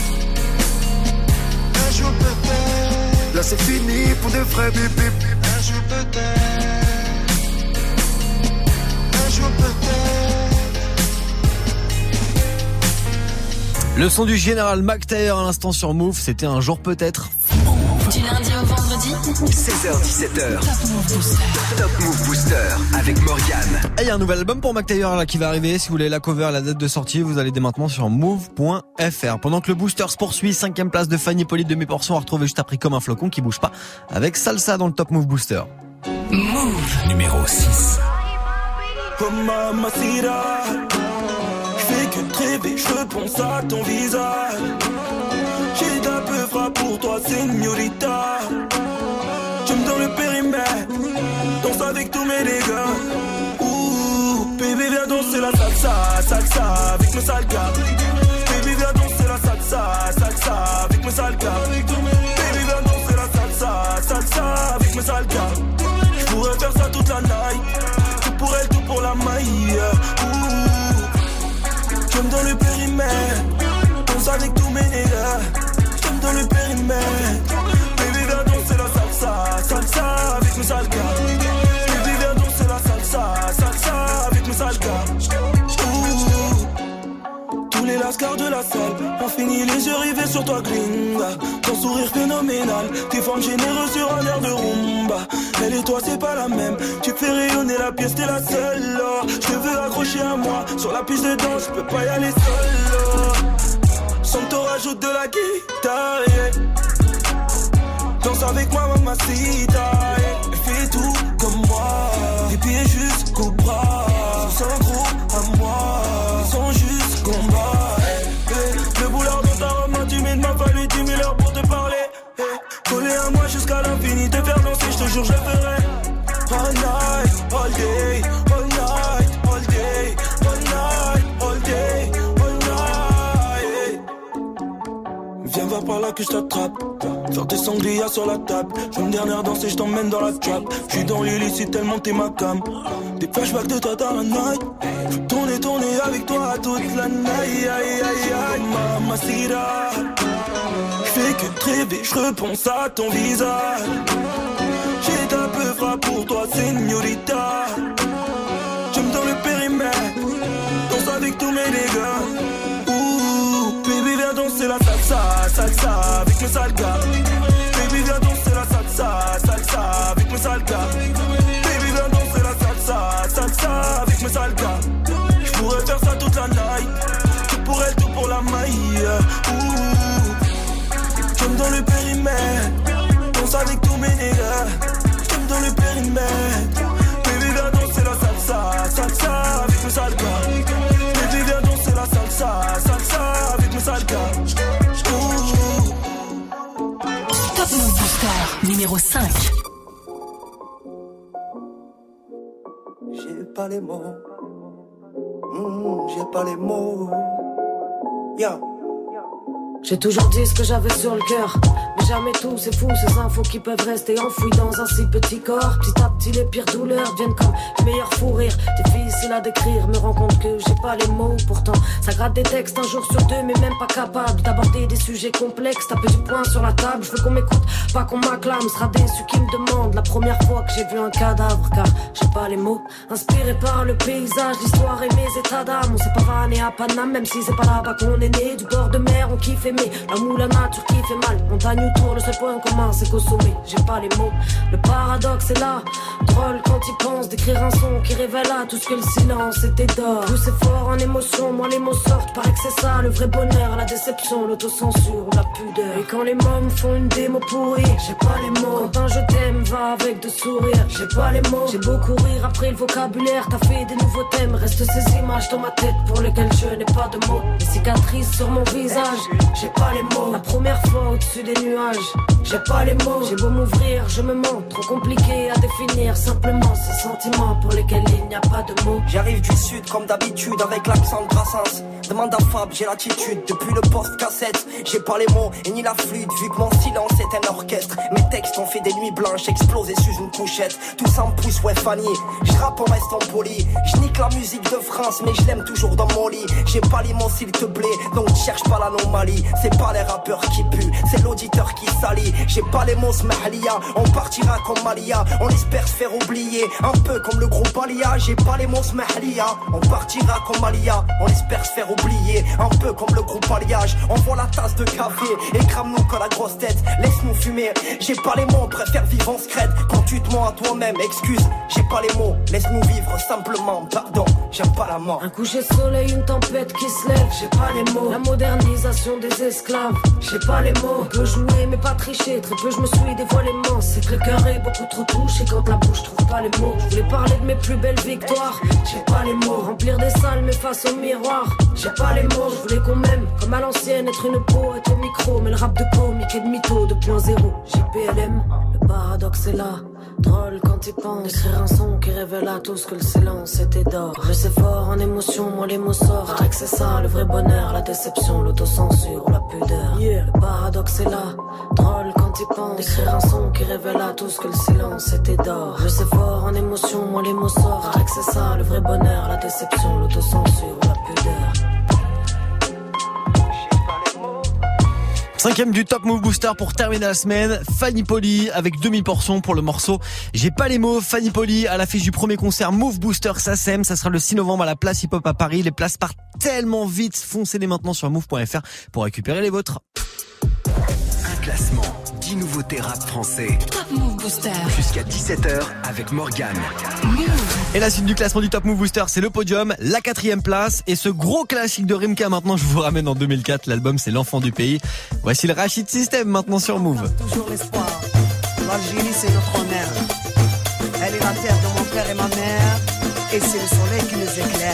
Un jour peut-être. Là c'est fini pour des vrais bébés. Un jour peut-être. Un jour peut-être. Le son du général Mac Taylor à l'instant sur Move, c'était un jour peut-être. Move. Du lundi au vendredi, seize heures dix-sept heures. Top Move Booster. Top Move Booster avec Morgane. Et il y a un nouvel album pour Mac Taylor là qui va arriver. Si vous voulez la cover, la date de sortie, vous allez dès maintenant sur move point f r. Pendant que le booster se poursuit, cinquième place de Fanny Polite, demi-portion à retrouver juste après Comme un flocon qui bouge pas avec Salsa dans le Top Move Booster. Move numéro six. Oh mamacita, j'fais que te rêver, je pense à ton visage. J'ai d'un peu frappe pour toi, señorita. Tu me donnes le périmètre, danse avec tous mes dégâts. Ouh, baby viens danser la salsa, salsa avec mes sales gars. Baby viens danser la salsa, salsa avec mes sales gars. Baby viens danser la salsa, salsa avec mes sales gars. J'pourrais faire ça toute la night, tout pour elle, tout pour la maille. Ouh, tu me donnes le périmètre, danse avec tous mes nègres. Tu me donnes le périmètre, baby viens danser la salsa, salsa avec mes sales gars. Baby viens danser la salsa, salsa avec mes sales gars. Ouh, tous les lascars de la salle ont fini les yeux rivés sur toi gringa. Ton sourire phénoménal, tes formes généreuses sur un air de rumba. Elle et toi c'est pas la même, tu fais rayonner la pièce, t'es la seule là. Je te veux accrocher à moi, sur la piste de danse, je peux pas y aller seul là. Sans te rajoute de la guitare, yeah. Danse avec moi mamacita, yeah. Fais tout comme moi, les pieds jusqu'au bras. Sans gros à moi, sans juste combat, yeah. Yeah. Le boulard dans ta robe intime, il m'a fallu dix mille heures pour te parler, yeah. Coller à moi jusqu'à l'infini, te faire danser, je te jure je le ferai. All night, all day, all night, all day, all night, all day, all night. Viens voir par là que je t'attrape, faire tes sangria sur la table. Je me dernière danser, je t'emmène dans la trap. Je suis dans l'illicite tellement t'es ma cam. Des flashbacks de toi dans la night. Je tourner, tourner avec toi toute la night. Aïe, aïe, aïe, aïe, mamacita. J'fais que te rêver, j'repense à ton visage. J'ai un peu frappe pour toi, señorita. Tu me donnes le périmètre, danse avec tous mes dégâts. Ouh, baby viens danser la salsa, salsa avec mes sales gars. Baby viens danser la salsa, salsa avec mes sales gars. Baby viens danser la salsa, salsa avec mes sales gars. J'pourrais faire ça toute la night, tout pour elle, tout pour la maille. Ouh, tu me donnes le périmètre, danse avec tous mes nègres. Tu me donnes le périmètre, baby viens danser la salsa, salsa avec mes sales gars. Baby viens danser la salsa, salsa avec mes sales gars. Top Move Booster numéro cinq. J'ai pas les mots, mmh, j'ai pas les mots. Yo. J'ai toujours dit ce que j'avais sur le cœur, mais jamais tout, c'est fou, ces infos qui peuvent rester enfouies dans un si petit corps. Petit à petit les pires douleurs viennent comme les meilleurs fous rires. Difficile à décrire, me rends compte que j'ai pas les mots. Pourtant, ça gratte des textes un jour sur deux, mais même pas capable d'aborder des sujets complexes. Taper du poing sur la table, je veux qu'on m'écoute, pas qu'on m'acclame. Sera déçu qui me demande la première fois que j'ai vu un cadavre, car j'ai pas les mots. Inspiré par le paysage, l'histoire et mes états d'âme. On s'est pas vanné à Paname, même si c'est pas là-bas qu'on est né. Du bord de mer, on kiffe aimer l'amour, la nature qui fait mal. Montagne autour, le seul point commun c'est qu'au sommet j'ai pas les mots. Le paradoxe est là, drôle quand il pense d'écrire un son qui révèle à tout ce que le silence était d'or. Tout c'est fort en émotion, moi les mots sortent, paraît que c'est ça le vrai bonheur. La déception, l'autocensure ou la pudeur. Et quand les mômes font une démo pourrie, j'ai pas les mots. Quand un je t'aime va avec de sourires, j'ai pas les mots. J'ai beau courir après le vocabulaire, t'as fait des nouveaux thèmes. Restent ces images dans ma tête pour lesquelles je n'ai pas de mots. Les cicatrices sur mon visage, j'ai pas les mots. La première fois au-dessus des nuages, j'ai pas les mots. J'ai beau m'ouvrir, je me mens. Trop compliqué à définir simplement ces sentiments pour lesquels il n'y a pas de mots. J'arrive du sud comme d'habitude avec l'accent de Brassens. Demande à Fab, j'ai l'attitude depuis le post-cassette. J'ai pas les mots et ni la flûte vu que mon silence est un orchestre. Mes textes ont fait des nuits nuit blanche explosée sous une couchette. Tout ça me pousse, ouais Fanny. J'rappe en restant poli. J'nique la musique de France, mais je l'aime toujours dans mon lit. J'ai pas les mots s'il te plaît, donc cherche pas l'anomalie. C'est pas les rappeurs qui puent, c'est l'auditeur qui salit. J'ai pas les mots smahlia, on partira comme Malia. On espère se faire oublier, un peu comme le groupe Alia. J'ai pas les mots smahlia, on partira comme Malia. On espère se faire oublier, un peu comme le groupe Alliage. Envoie la tasse de café et crame-nous que la grosse tête. Laisse-nous fumer, j'ai pas les mots, on préfère vivre en secrète. Quand tu te mens à toi-même, excuse, j'ai pas les mots. Laisse-nous vivre simplement, pardon, j'aime pas la mort. Un coucher de soleil, une tempête qui se lève, j'ai pas les mots. La modernisation des esclaves, j'ai pas les mots. On peut jouer mais pas tricher, très peu je me suis dévoilé immense. C'est que le cœur est beaucoup trop touché quand la bouche trouve pas les mots. Je voulais parler de mes plus belles victoires, j'ai pas les mots. Remplir des salles mais face au miroir, j'ai pas les mots. Je voulais qu'on m'aime comme à l'ancienne, être une peau, être au micro. Mais le rap de comique et de mytho deux point zéro. J'ai P L M, le paradoxe est là. Drôle quand il pense d'écrire un son qui révèle à tous que le silence était d'or. Je sais fort en émotion, moi les mots sortent. Faudrait que c'est ça le vrai bonheur, la déception, l'autocensure ou la pudeur. Yeah. Le paradoxe est là. Drôle quand il pense d'écrire un son qui révèle à tous que le silence était d'or. Je sais fort en émotion, moi les mots sortent. Faudrait que c'est ça le vrai bonheur, la déception, l'autocensure ou la pudeur. Cinquième du Top Move Booster pour terminer la semaine, Fanny Polly avec demi-portion pour le morceau J'ai pas les mots. Fanny Polly à l'affiche du premier concert Move Booster S A C E M, ça sera le six novembre à la place hip-hop à Paris. Les places partent tellement vite, foncez-les maintenant sur move point f r pour récupérer les vôtres. Un classement, dix nouveautés rap français. Top Move Booster. Jusqu'à dix-sept heures avec Morgane. Et la suite du classement du Top Move Booster, c'est le podium, la quatrième place. Et ce gros classique de Rimka, maintenant je vous ramène en deux mille quatre. L'album c'est L'Enfant du Pays. Voici le Rachid System maintenant sur Move. Toujours l'espoir. L'Algérie c'est notre honneur. Elle est la terre de mon père et ma mère. Et c'est le soleil qui nous éclaire.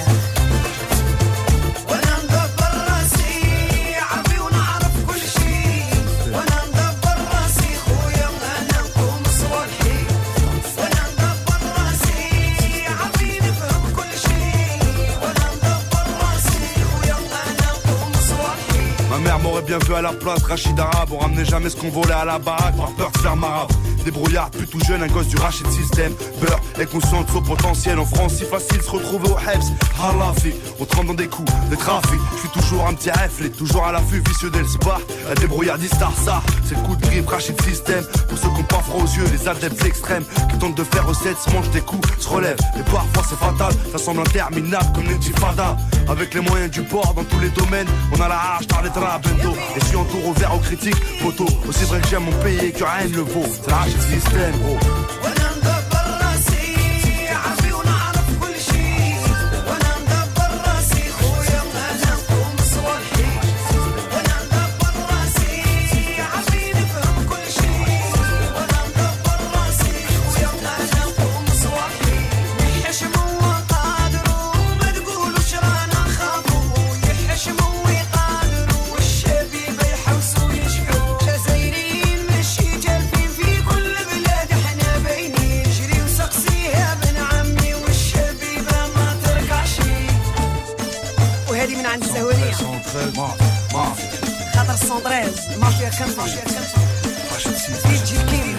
M'aurait bien vu à la place, Rachid Arabe. On ramenait jamais ce qu'on volait à la baraque par peur de faire marabe. Débrouillard, plus tout jeune, un gosse du Rachid System. Beurre et conscient de son potentiel. En France, si facile se retrouver au Hebs. Halafi, on trempe dans des coups de trafic. Je suis toujours un petit reflet, toujours à l'affût, vicieux dès le sport. La débrouillardise star, ça, c'est le coup de griffe Rachid System. Pour ceux qui n'ont pas froid aux yeux, les adeptes extrêmes qui tentent de faire recette, se mangent des coups, se relèvent. Et parfois c'est fatal, ça semble interminable comme une tifada. Avec les moyens du bord dans tous les domaines, on a la hache, t'as les draps, bento. Et je suis en tour au vert aux critiques, photo. Aussi vrai que j'aime mon pays et que rien ne le vaut. C'est la Rachid System, gros. خاطر السونطريز مافيا خمسة يجي الكيل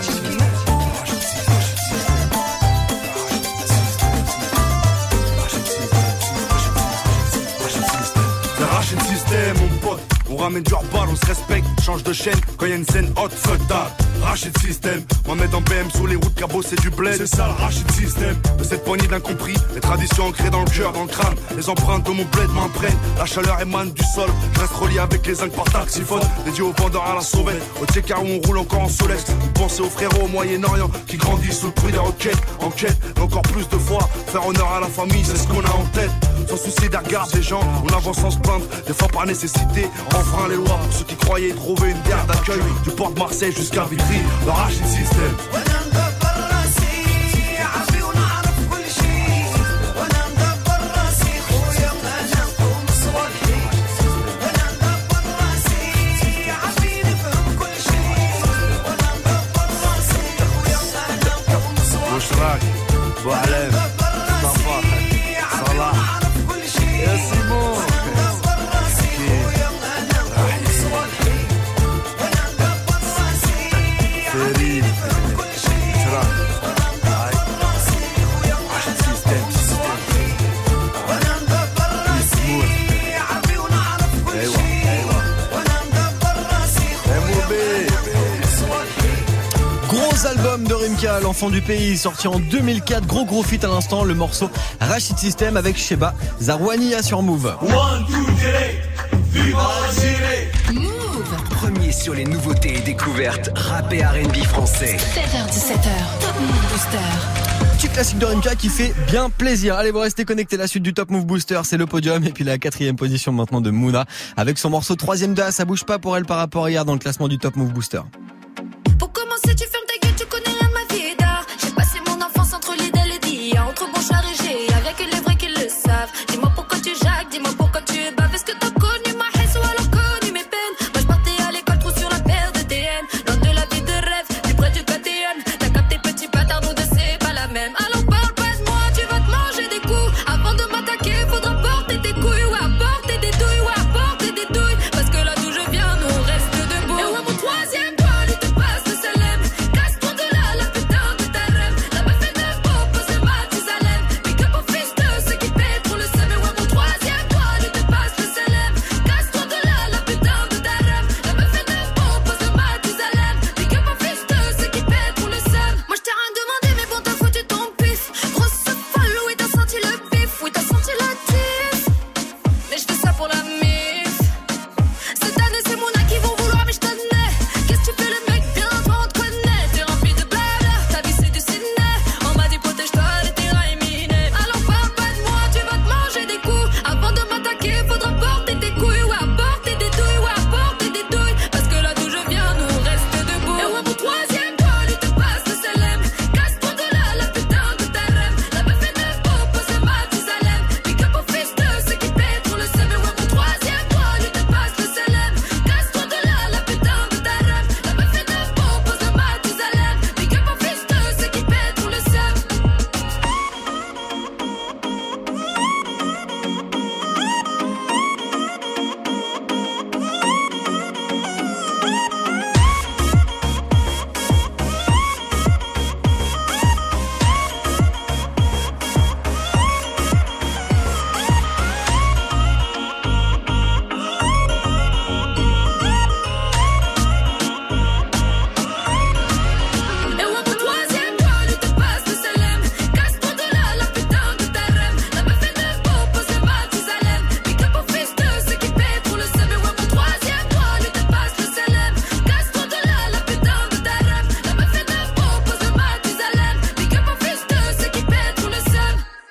Rachid System, mon pote. On ramène du rebar, on se respecte, change de chaîne quand y'a une scène hot, fuck that. Rachid System, Mohamed en B M sur les routes, cabot c'est du bled. C'est ça le Rachid System, de cette poignée d'incompris, les traditions ancrées dans le cœur, dans le crâne. Les empreintes de mon bled m'imprègnent, la chaleur émane du sol. Je reste relié avec les zincs par taxiphone, dédié aux vendeurs à la sauvette. Au Tchèque où on roule encore en Solex. Vous pensez aux frérots au Moyen-Orient qui grandissent sous le bruit des roquettes. En quête, et encore plus de fois, faire honneur à la famille, c'est ce qu'on a en tête. Sans souci des regards des gens, on avance sans se plaindre, des fois par nécessité. Enfreint les lois pour ceux qui croyaient trouver une terre d'accueil. Du port de Marseille jusqu'à Vitry, le Rachid System. Bouchrak, Boualem, Mustafa, Salah, et Simon. Gros album de Rimka, l'enfant du pays, sorti en deux mille quatre. Gros gros feat à l'instant, le morceau Rachid System avec Sheba Zarouania sur Move. One, two, three, viva la Move. Premier sur les nouveautés et découvertes rap et R and B français. sept heures dix-sept heures, Top Move Booster. Petit classique de Rimka qui fait bien plaisir. Allez, vous restez connectés. La suite du Top Move Booster, c'est le podium. Et puis la quatrième position maintenant de Mouna avec son morceau troisième de A. Ça bouge pas pour elle par rapport à hier dans le classement du Top Move Booster. Pour commencer, tu fermes ta gueule, tu connais rien de ma vie d'art. J'ai passé mon enfance entre l'idéal et l'I A, entre Bonchard et G. Y'a que les vrais qui le savent. Dis-moi pourquoi tu jacques, dis-moi pourquoi tu baves. Est-ce que t'as connu ma haine ou alors connu mes peines? Moi je partais à l'école trop sur la paire de D N. Loin de la vie de rêve, plus près du K T M. T'as capté petit bâtard, nous deux c'est pas la même. Alors parle pas de moi, tu vas te manger des coups. Avant de m'attaquer, faudra porter tes couilles. Ou apporter des douilles, ou apporter des douilles. Parce que là d'où je viens, nous on reste debout. Et ouais, mon troisième doigt, lui te passe le salem. Casse-toi de là, la putain de ta rêve. La meuf est neuf pour poser ma tisalem. Big up au fils de ceux qui paient pour le seum. Et ouais, mon troisième doigt, lui te passe le salem. Casse-toi de là, la putain de ta rêve. La meuf est neuf pour poser ma tisalem. Big up au fils de ceux qui paient pour le seum. Moi je t'ai rien demandé, mais bon, t'as foutu ton pif. Grosse folle, oui, t'as senti le bif. Oui, t'as senti la tif. Mais je fais ça pour la mif. Cette année, c'est mon qui vont vouloir, mais je t'en ai. Qu'est-ce que tu fais, le mec? Bien, toi, on te connaît. T'es rempli de blabla, ta vie c'est du ciné. On m'a dit, protège-toi, les terrains éminés. Alors parle pas de moi, tu vas te manger des coups. Avant de m'attaquer, faudra porter tes couilles. Ou apporter des douilles, ou apporter des douilles. Parce que là d'où je viens, nous on reste debout. Et ouais, mon troisième doigt, lui te passe le salem. Casse-toi de là, la putain de ta rêve. La meuf est neuf pour poser ma tisalem. Big up au fils de ceux qui paient pour le seum. Et ouais, mon troisième doigt, lui te passe le salem. Casse-toi de là, la putain de ta rêve. La meuf est neuf pour poser ma tisalem. Big up au fils de ceux qui paient pour le seum. Et ouais, mon troisième doigt, lui te passe le salem. Casse-toi de là, la putain de ta rêve. La meuf est neuf pour poser ma tisalem. Big up au fils de ceux qui paient pour le seum. Et ouais, mon troisième doigt, lui te passe le salem. Casse-toi de là, la putain de ta rêve. La meuf est neuf pour poser ma tisalem. Big up au fils de ceux qui paient pour le seum.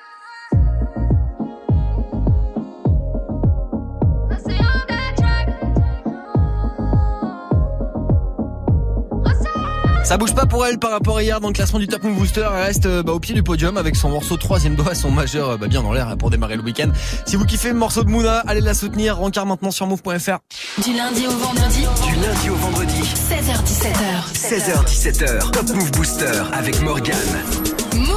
Ça bouge pas pour elle par rapport à hier dans le classement du Top Move Booster. Elle reste euh, bah, au pied du podium avec son morceau troisième doigt, son majeur euh, bah, bien dans l'air hein, pour démarrer le week-end. Si vous kiffez le morceau de Mouna, allez la soutenir. Rencard maintenant sur move point f r. Du lundi au vendredi, Du lundi au vendredi, seize heures dix-sept heures. seize heures dix-sept heures, Top Move Booster avec Morgane. Move.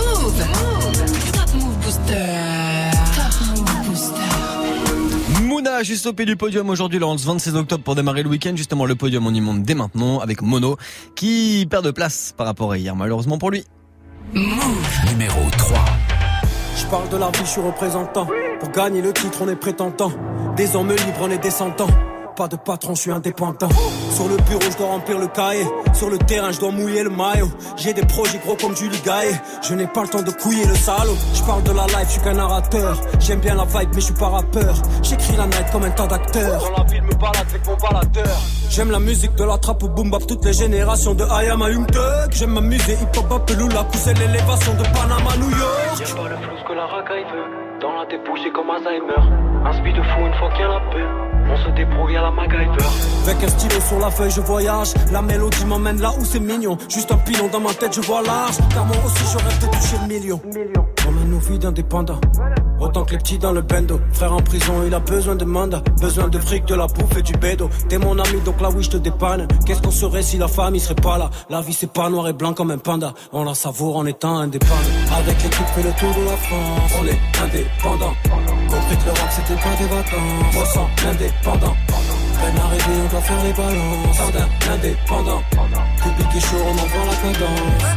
Top Move Booster. Top Move Booster. Mouna juste au pied du podium aujourd'hui le vingt-seize octobre pour démarrer le week-end. Justement le podium on y monte dès maintenant avec Mono qui perd de place par rapport à hier malheureusement pour lui. Move. Numéro trois. Je parle de la vie, je suis représentant. Pour gagner le titre, on est prétentant. Des hommes libres, on est descendants. Pas de patron, je suis indépendant. Sur le bureau, je dois remplir le cahier. Sur le terrain, je dois mouiller le maillot. J'ai des projets gros comme Julie Gaillet. Je n'ai pas le temps de couiller le salaud. Je parle de la life, je suis qu'un narrateur. J'aime bien la vibe, mais je suis pas rappeur. J'écris la night comme un tas d'acteurs. Dans la ville, me balade avec mon baladeur. J'aime la musique de la trappe au boom bap, toutes les générations de I am a Young Thug. J'aime m'amuser, hip hop, Apelula, pousser l'élévation de Panama, New York. Y'a pas le flou que la racaille veut. Dans la débouche, c'est comme Alzheimer. Un speed de fou une fois qu'il y a la paix. On se débrouille à la MacGyver. Avec un stylo sur la feuille, je voyage. La mélodie m'emmène là où c'est mignon. Juste un pilon dans ma tête, je vois large. Car moi aussi, je rêve de toucher le million. On a nos vies d'indépendants. Autant que les petits dans le bendo. Frère en prison, il a besoin de mandat. Besoin de fric, de la bouffe et du bédo. T'es mon ami, donc là oui, je te dépanne. Qu'est-ce qu'on serait si la famille serait pas là? La vie, c'est pas noir et blanc comme un panda. On la savoure en étant indépendant. Avec l'équipe, fait le tour de la France. On est indépendant. Compris que le rap, c'était pas des vacances. On sent indépendant. Peine arrivée, on doit faire les balances. Sardin, indépendant. Public et chaud, on envoie la cadence.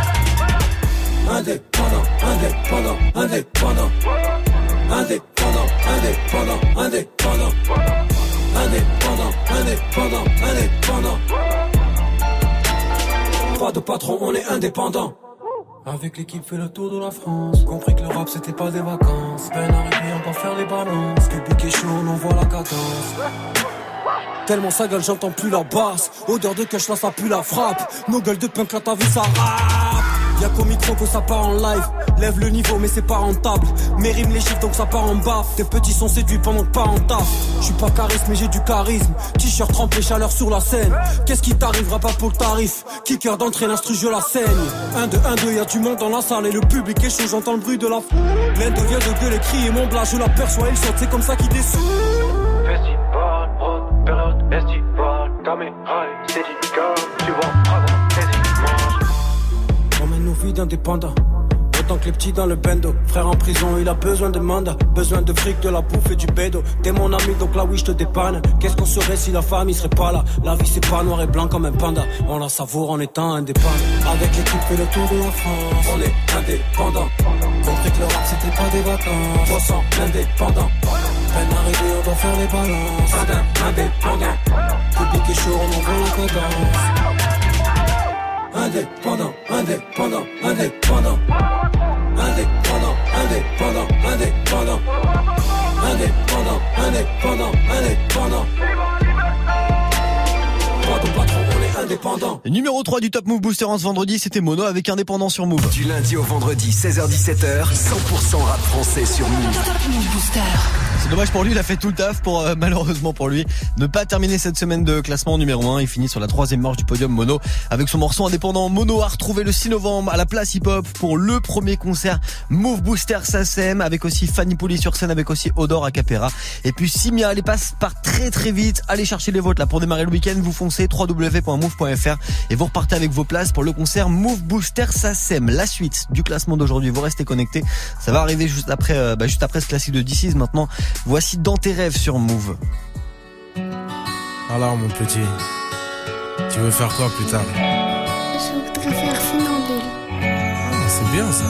Indépendant, indépendant, indépendant. Indépendant, indépendant, indépendant. Indépendant, indépendant, indépendant. Pas de patron, on est indépendant. Avec l'équipe fait le tour de la France. Compris que le rap c'était pas des vacances. Peine arrivée, on va faire les balances. Que piqué chaud, on voit la cadence. Tellement sa gueule, j'entends plus la basse. Odeur de cash, là ça pue la frappe. Nos gueules de punk, là ta vie ça rappe. Y'a qu'au micro que ça part en live. Lève le niveau mais c'est pas rentable. Mes rimes les chiffres donc ça part en bas. Tes petits sont séduits pendant que pas en taf. J'suis pas charisme mais j'ai du charisme. T-shirt trempé, chaleur sur la scène. Qu'est-ce qui t'arrivera pas pour le tarif? Kicker d'entrée, l'instru je la saigne. un, deux, un, deux, y'a du monde dans la salle. Et le public est chaud, j'entends le bruit de la foule. L'un devient de gueuler, crier mon blas. Je l'aperçois, il saute, c'est comme ça qu'il descend. Festival, road, période estivale. Caméra et Steadicam, tu vois, Prada, on mène nos vies d'indépendants. Autant que les petits dans le bendo. Frère en prison, il a besoin de mandat. Besoin de fric, de la bouffe et du bédo. T'es mon ami, donc là oui je te dépanne. Qu'est-ce qu'on serait si la famille serait pas là? La vie c'est pas noir et blanc comme un panda. On la savoure en étant indépendant. Avec l'équipe fait le tour de la France. On est indépendant. Compris que le rap c'était pas des vacances. trois cents indépendant. Peine arrivée, on doit faire les balances. Indépendant. Public est chaud, on envoie la cadence. Indépendant, indépendant, indépendant. Indépendant, indépendant, indépendant. Indépendant, indépendant, indépendant. Pas de patron, on est indépendant. Numéro trois du Top Move Booster en ce vendredi, c'était Mono avec Indépendant sur Move. Du lundi au vendredi, seize heures dix-sept heures, cent pour cent rap français sur Move. Top Move Booster. C'est dommage pour lui, il a fait tout le taf pour euh, malheureusement pour lui ne pas terminer cette semaine de classement numéro un. Il finit sur la troisième marche du podium Mono avec son morceau indépendant. Mono a retrouvé le six novembre à la place Hip Hop pour le premier concert Move Booster S A C M avec aussi Fanny Pouli sur scène, avec aussi Odor a cappella. Et puis Simia, les passes partent très très vite. Allez chercher les vôtres là pour démarrer le week-end. Vous foncez w w w point move point f r et vous repartez avec vos places pour le concert Move Booster S A C M. La suite du classement d'aujourd'hui, vous restez connectés. Ça va arriver juste après, euh, bah, juste après ce classique de D six. Maintenant, voici Dans tes rêves sur Move. Alors mon petit, tu veux faire quoi plus tard? Je voudrais faire funambule. Ah, c'est bien ça.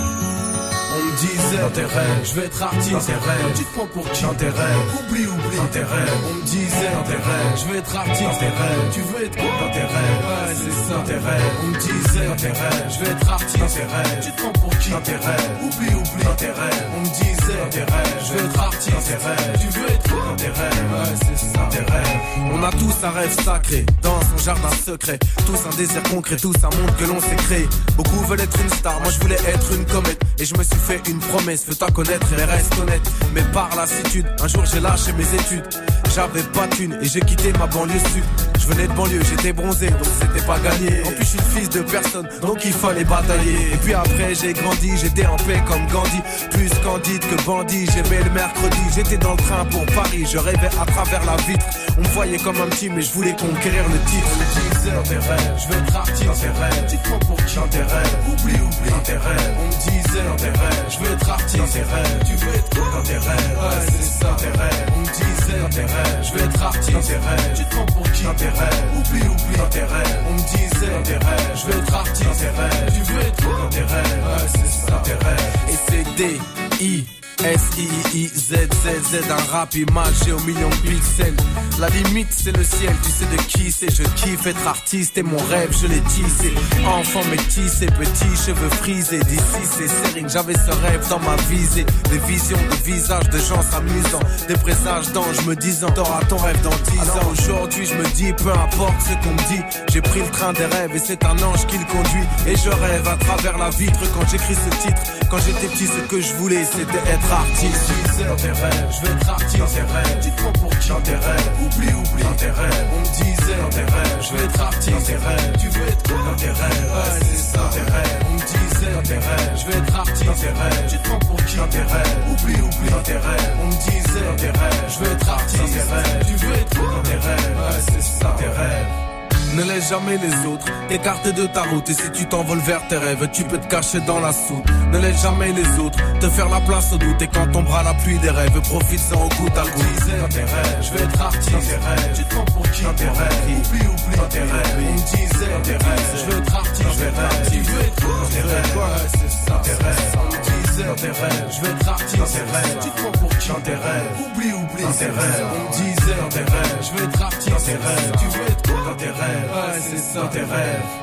On me disait dans tes rêves, je vais être artiste. Dans tes rêves, tu te prends pour qui? Dans tes rêves, oublie, oublie. Dans tes rêves, on me disait dans tes rêves, je vais être artiste. Dans tes rêves, tu veux être quoi? Dans tes rêves, ouais c'est ça. Dans tes rêves, on me disait dans tes rêves, je vais être artiste. Dans tes rêves, tu te prends pour qui? Dans tes rêves, oublie, oublie. Dans tes rêves, on me disait dans tes rêves, je vais être artiste. Dans tes rêves, tu veux être quoi? Dans tes rêves, ouais c'est ça. Dans tes rêves, on a tous un rêve sacré dans son jardin secret. Tous un désir concret, tous un monde que l'on s'est créé. Beaucoup veulent être une star, moi je voulais être une comète. Et je me suis fait une promesse, fais-toi connaître et reste honnête. Mais par lassitude, un jour j'ai lâché mes études. J'avais pas de thune et j'ai quitté ma banlieue sud. Je venais de banlieue, j'étais bronzé, donc c'était pas gagné. En plus je suis le fils de personne, donc il fallait batailler. Et puis après j'ai grandi, j'étais en paix comme Gandhi. Plus candide que bandit, j'aimais le mercredi. J'étais dans le train pour Paris, je rêvais à travers la vitre. On me voyait comme un petit mais je voulais conquérir le titre. Dans tes rêves, je veux être artiste. Dans tes rêves, tu te prends pour qui? Dans tes rêves, oublie, oublie. Dans tes rêves, on me disait dans tes rêves, je veux être artiste. Dans tes rêves, tu veux être quoi? Dans tes rêves, ouais c'est ça. Dans tes rêves, on me disait dans tes rêves, je veux être artiste. Dans tes rêves, tu te prends pour qui? Dans tes rêves, oublie, oublie. Dans tes rêves, on me disait dans tes rêves, je veux être artiste. Dans tes rêves, tu veux être quoi? Dans tes rêves, ouais c'est ça. Dans tes rêves, et c'est D I S I I Z Z Z, un rap imagé au million de pixels. La limite c'est le ciel, tu sais de qui c'est. Je kiffe être artiste et mon rêve je l'ai tissé. Enfant métissé, petits cheveux frisés. D'ici c'est sérieux, j'avais ce rêve dans ma visée. Des visions de visages de gens s'amusant. Des présages d'anges me disant t'auras ton rêve dans dix ans. Aujourd'hui je me dis peu importe ce qu'on me dit. J'ai pris le train des rêves et c'est un ange qui le conduit. Et je rêve à travers la vitre quand j'écris ce titre. Quand j'étais petit ce que je voulais c'était être artiste. Dans tes rêves, je veux être artiste. Dans tes rêves, tu te prends pour qui? Dans tes rêves, oublie, oublie. Dans tes rêves, on me disait dans tes rêves, je veux être artiste. Dans tes rêves, tu veux être quoi? Dans tes rêves, ouais c'est ça. Dans tes rêves, on me disait dans tes rêves, je veux être artiste. Dans tes rêves, tu te prends pour qui? Dans tes rêves, oublie, oublie. Dans tes rêves, on me disait dans tes rêves, je veux être artiste. Dans tes rêves, tu veux être quoi? Dans tes rêves, ouais c'est ça. Dans tes rêves. Ne laisse jamais les autres t'écarter de ta route. Et si tu t'envoles vers tes rêves, tu peux te cacher dans la soupe. Ne laisse jamais les autres te faire la place au doute. Et quand tombera la pluie des rêves, profite-en au goutte à goutte. Dans tes rêves, je veux être artiste. Dans tes rêves, tu te prends pour qui? Dans tes rêves, oublie, oublie. Dans tes rêves, on me disait dans tes rêves, je veux être artiste. Dans tes rêves, tu veux être quoi? Dans tes rêves, ouais c'est ça. Dans tes rêves, on me disait dans tes rêves, je veux être artiste. Dans tes rêves, tu te prends pour qui? Dans tes rêves, oublie, oublie. Dans tes rêves, on me disait dans tes rêves, je veux être artiste. Dans tes rêves, tu veux être quoi? Dans tes rêves, ouais c'est ça. Dans tes rêves.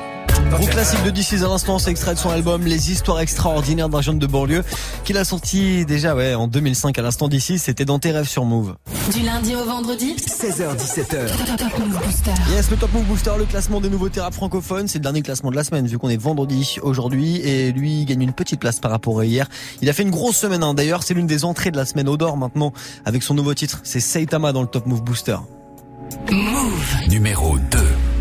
Gros classique de D six à l'instant, c'est extrait de son album Les Histoires Extraordinaires d'un jeune de banlieue qu'il a sorti déjà ouais en deux mille cinq à l'instant D six, c'était dans Tes rêves sur Move. Du lundi au vendredi, seize heures dix-sept heures. Top Move Booster. Yes, le Top Move Booster, le classement des nouveautés rap francophones, c'est le dernier classement de la semaine vu qu'on est vendredi aujourd'hui et lui il gagne une petite place par rapport à hier. Il a fait une grosse semaine hein. D'ailleurs, c'est l'une des entrées de la semaine Odor maintenant avec son nouveau titre, c'est Saitama dans le Top Move Booster. Move Numéro deux.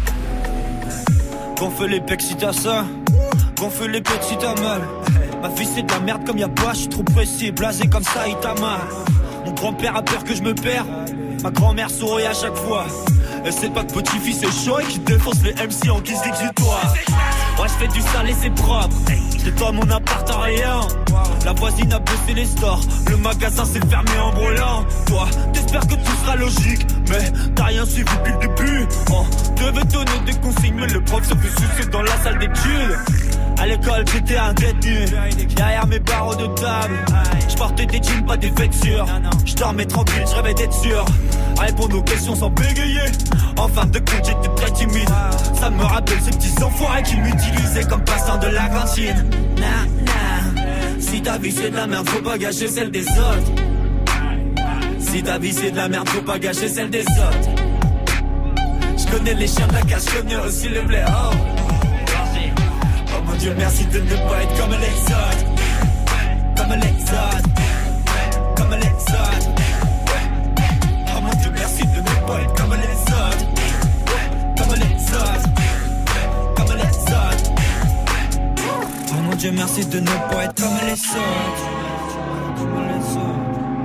Gonfle les pecs si t'as ça, gonfle les pecs si t'as mal. Ma vie c'est de la merde comme y'a pas, j'suis trop précis, blasé comme ça il t'a mal. Mon grand-père a peur que je me perds, ma grand-mère sourit à chaque fois. Elle sait pas que petit-fils est chaud et qu'il défonce les M C en guise d'exutoire. Ouais j'fais du sale et c'est propre, j'étais mon appart en rien. La voisine a baissé les stores, le magasin s'est fermé en brûlant. Toi, t'espères que tout sera logique, mais t'as rien suivi depuis le début. On devait donner des consignes, mais le prof se fait sucer dans la salle d'études. À l'école j'étais un détenu, derrière mes barreaux de table. J'portais des jeans, pas des vêtures. J'dormais tranquille, j'rêvais d'être sûr. Répondre aux questions sans bégayer. En fin de compte j'étais très timide. Ça me rappelle ces petits enfoirés qui m'utilisaient comme passant de la cantine. Nah, nah. Si ta vie c'est de la merde, faut pas gâcher celle des autres. Si ta vie c'est de la merde, faut pas gâcher celle des autres. J'connais les chiens de la cache, j'connais aussi les blés. Oh. Oh mon Dieu, merci de ne pas être comme les autres. Comme les autres. Comme les autres. Oh mon Dieu, merci de ne pas être comme les autres. Comme les autres. Comme les autres. Oh mon Dieu, merci de ne pas être comme les autres. Comme les autres.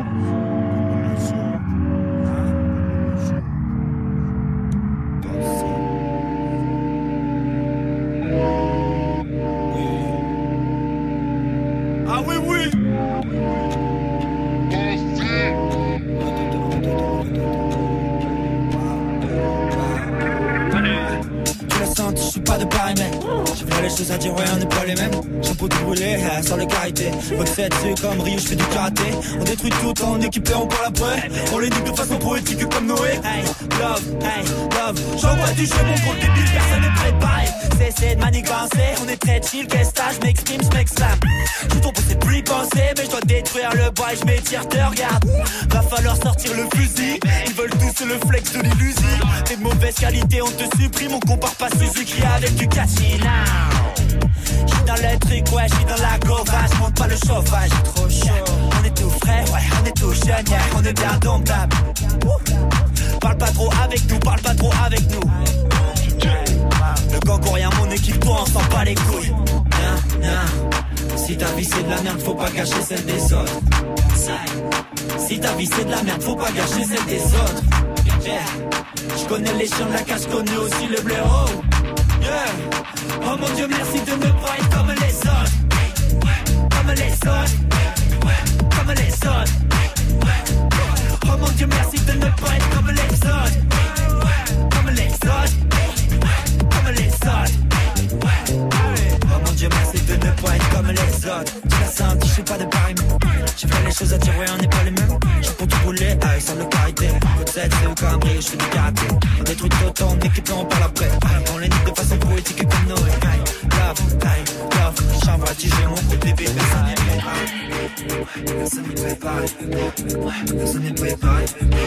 Les choses à dire, ouais, on n'est pas les mêmes. Chapeau tout brûlé, eh, sans le karité. Boxette, c'est comme Rio, j'fais du karaté. On détruit tout en équipé, on parle après. On les nique de façon poétique comme Noé. Hey, love, hey, love. J'envoie du jeu, mon gros débile, personne n'est préparé. Cessez de manigancer, on est très chill, qu'est-ce que je m'exprime, je m'exclame. Je tombe, c'est plus y penser, mais je dois détruire le bois et je m'étire, te regarde. Va falloir sortir le fusil. Ils veulent tous le flex de l'illusion. Des mauvaises qualités, on te supprime, on compare pas Suzuki avec du Kachina. J'suis dans le truc, ouais, j'suis dans la gova, j'monte pas le chauffage, j'ai trop chaud. On est tout frais, ouais, on est tout jeune, yeah, on est bien domptable. Parle pas trop avec nous, parle pas trop avec nous. Le gang ou rien, mon équipe, toi, on s'en bat les couilles. Nah, nah. Si ta vie c'est de la merde, faut pas gâcher celle des autres. Si ta vie c'est de la merde, faut pas gâcher celle des autres. Yeah. J'connais les chiens de la cache, j'connais aussi le blaireau. Yeah. Oh mon Dieu, merci de ne pas être comme les autres. Comme les autres. Comme les autres. Oh mon Dieu, merci de ne pas être comme les autres. Comme les autres. Comme les autres. Oh mon Dieu, merci de ne pas être comme les autres. Tu l'as senti, je suis pas de pareil. J'ai fait les choses à dire, ouais, on n'est pas les mêmes. J'ai pour tout rouler, avec sans le karité. Peut-être c'est au cambré, je fais du karaté. On détruit tout, on équipe, on parle après. On les nique de façon poétique comme Noé. Love, love, chambre à tiger, mon gros bébé. Personne n'y peut pas. Personne n'y peut pas.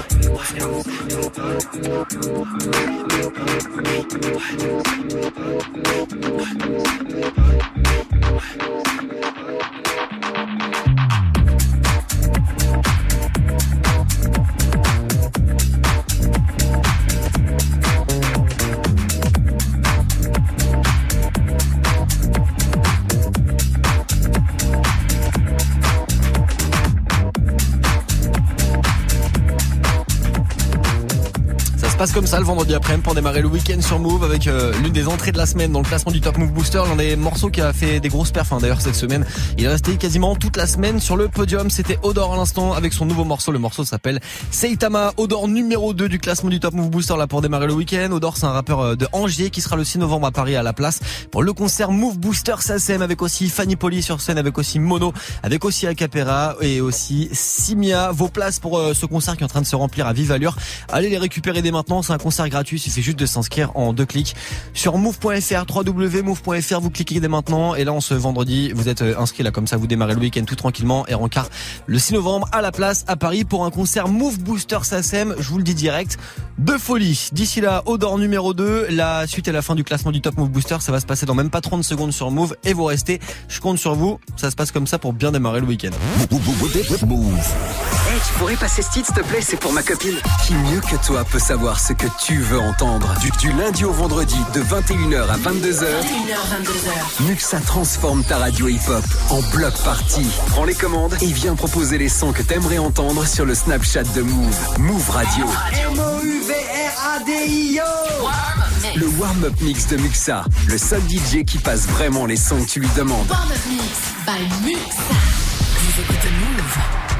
Passe comme ça le vendredi après-midi pour démarrer le week-end sur Move avec euh, l'une des entrées de la semaine dans le classement du Top Move Booster, l'un des morceaux qui a fait des grosses perfs hein, d'ailleurs cette semaine. Il est resté quasiment toute la semaine sur le podium. C'était Odor à l'instant avec son nouveau morceau. Le morceau s'appelle Saitama. Odor numéro deux du classement du Top Move Booster là pour démarrer le week-end. Odor c'est un rappeur de Angers qui sera le six novembre à Paris à la Place pour le concert Move Booster S A C M avec aussi Fanny Poli sur scène, avec aussi Mono, avec aussi Acapera et aussi Simia. Vos places pour euh, ce concert qui est en train de se remplir à vive allure, allez les récupérer dès maintenant maintenant, c'est un concert gratuit, il suffit juste de s'inscrire en deux clics sur move point f r, w w w point move point f r, vous cliquez dès maintenant et là on ce vendredi, vous êtes inscrit là comme ça, vous démarrez le week-end tout tranquillement et rencard le six novembre à la place à Paris pour un concert Move Booster S A S M, je vous le dis direct, de folie. D'ici là, Odor numéro deux, la suite et la fin du classement du Top Move Booster, ça va se passer dans même pas trente secondes sur Move et vous restez, je compte sur vous, ça se passe comme ça pour bien démarrer le week-end. Move. Hey, tu pourrais passer ce titre s'il te plaît, c'est pour ma copine. Qui mieux que toi peut savoir ce que tu veux entendre. Du, du lundi au vendredi de vingt et une heures à vingt-deux heures. vingt et une heures, vingt-deux heures. Muxa transforme ta radio hip-hop en bloc party. Prends les commandes et viens proposer les sons que t'aimerais entendre sur le Snapchat de Move. Move Radio. M O U V R A D I O. Le warm-up mix de Muxa. Le seul D J qui passe vraiment les sons que tu lui demandes. Warm-up mix by Muxa. Vous écoutez Move.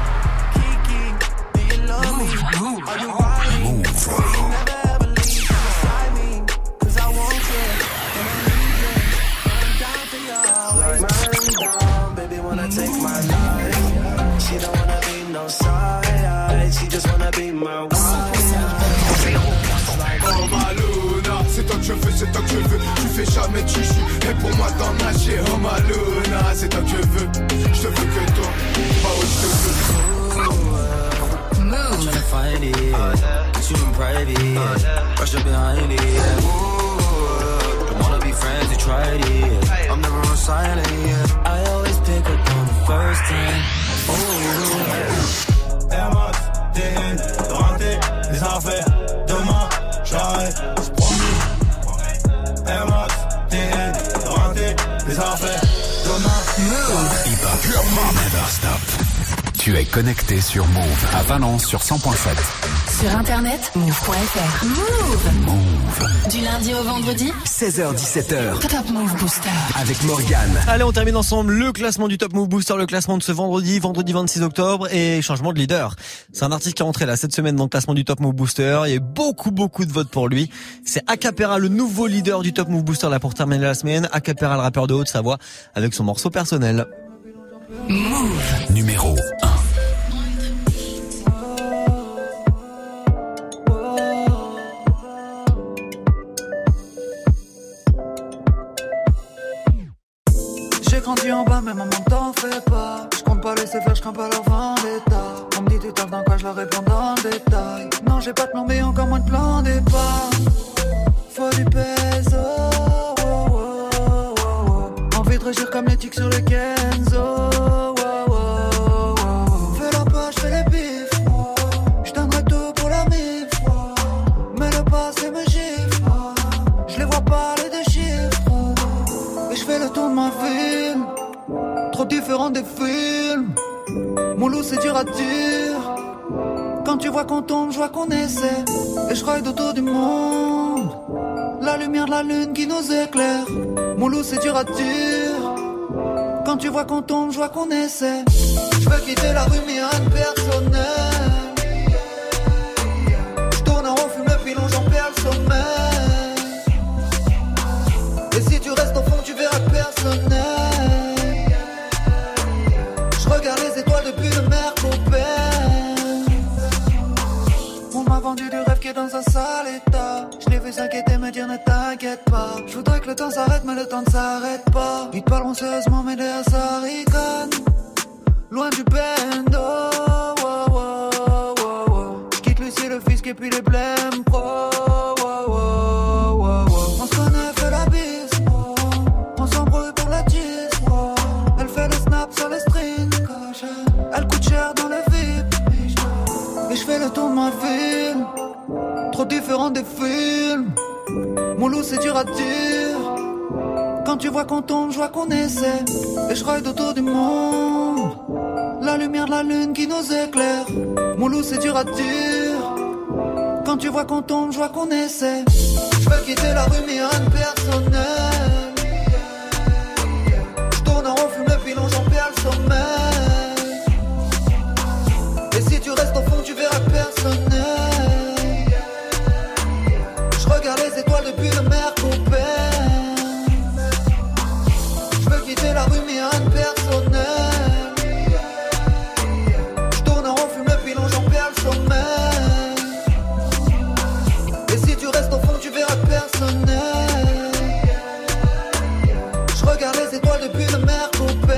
Move. Take my life. She don't wanna be no side. She just wanna be my wife. Oh Maluna, c'est toi que je veux, c'est toi que je veux. Tu fais jamais de chichi. Et pour moi t'en nager. Oh Maluna, c'est toi que je veux. Je te veux que toi. Oh je te veux. Move. I'm tryna find it. Get you in private. Rush up behind it. Don't wanna be friends, you tried it. I'm never on silent. I always pick up on the first time. Oh. Air Max, T N, de rentrer les affaires. Demain, j'arrête, c'est promis. Air Max, T N, de rentrer les affaires. Demain, Move. Hip-hop, never stop. Tu es connecté sur Move à Valence sur cent point sept. Sur internet, move point f r. Move. Move. Du lundi au vendredi, seize heures dix-sept heures. Top Move Booster. Avec Morgane. Allez, on termine ensemble le classement du Top Move Booster, le classement de ce vendredi, vendredi vingt-six octobre et changement de leader. C'est un artiste qui est rentré là cette semaine dans le classement du Top Move Booster. Il y a eu beaucoup, beaucoup de votes pour lui. C'est Acapera, le nouveau leader du Top Move Booster là pour terminer la semaine. Acapera, le rappeur de Haute-Savoie, avec son morceau personnel. Move. Numéro un. J'ai grandi en bas, mais maman t'en fais pas. Je compte pas laisser faire, je crains pas leur vendetta. On me dit tu taffes dans quoi, je leur réponds dans le détail. Non, j'ai pas de plan, mais encore moins de plan départ. Faut du peso, oh, oh, oh, oh. Envie de régir comme les tics sur le Kenzo, oh, oh, oh, oh. Fais la poche, fais les bifs. Je donnerai tout pour la mif. Mais le passé me gifle. Je les vois pas les deux chiffres. Et je fais le tour de ma ville. Trop différent des films. Mon loup c'est dur à dire. Quand tu vois qu'on tombe, je vois qu'on essaie. Et je ride autour du monde. La lumière de la lune qui nous éclaire. Mon loup c'est dur à dire. Quand tu vois qu'on tombe, je vois qu'on essaie. Je veux quitter la rue mais rien de personnel. Je tourne en rond, fume le pilon, j'en perds le sommeil. Et si tu restes au fond, tu verras personnel. Je regarde les étoiles depuis le Mercopère. On m'a vendu du rêve qui est dans un sale état. Je l'ai vu s'inquiéter, me dire ne t'inquiète pas. Je voudrais que le temps s'arrête, mais le temps ne s'arrête pas. Ils te parleront sérieusement, mais derrière ça ricane. Loin du bendo, oh, oh, oh, oh, oh. Je quitte Lucie, le fisc et puis les blèmes pro, oh, oh, oh, oh. On se connaît, fait la bise, oh. On s'embrouille pour la tisse, oh. Elle fait le snap sur les strings, elle coûte cher dans les V I P. Et je fais le tour de ma ville. Trop différent des films. Mon loup c'est dur à dire. Quand tu vois qu'on tombe, je vois qu'on essaie. Et je ride autour du monde. La lumière de la lune qui nous éclaire. Mon loup c'est dur à dire. Quand tu vois qu'on tombe, je vois qu'on essaie. Je veux quitter la rue mais rien de personnel. Je tourne en rond, fume le pilon, j'en perds le sommeil. Et si tu restes au fond, tu verras personnel. Je regarde les étoiles depuis le Mercopère. Je veux quitter la rue mais rien de personnel. Je tourne en rond, fume le pilon, j'en perds le sommeil. regarde les étoiles depuis le Mercopère.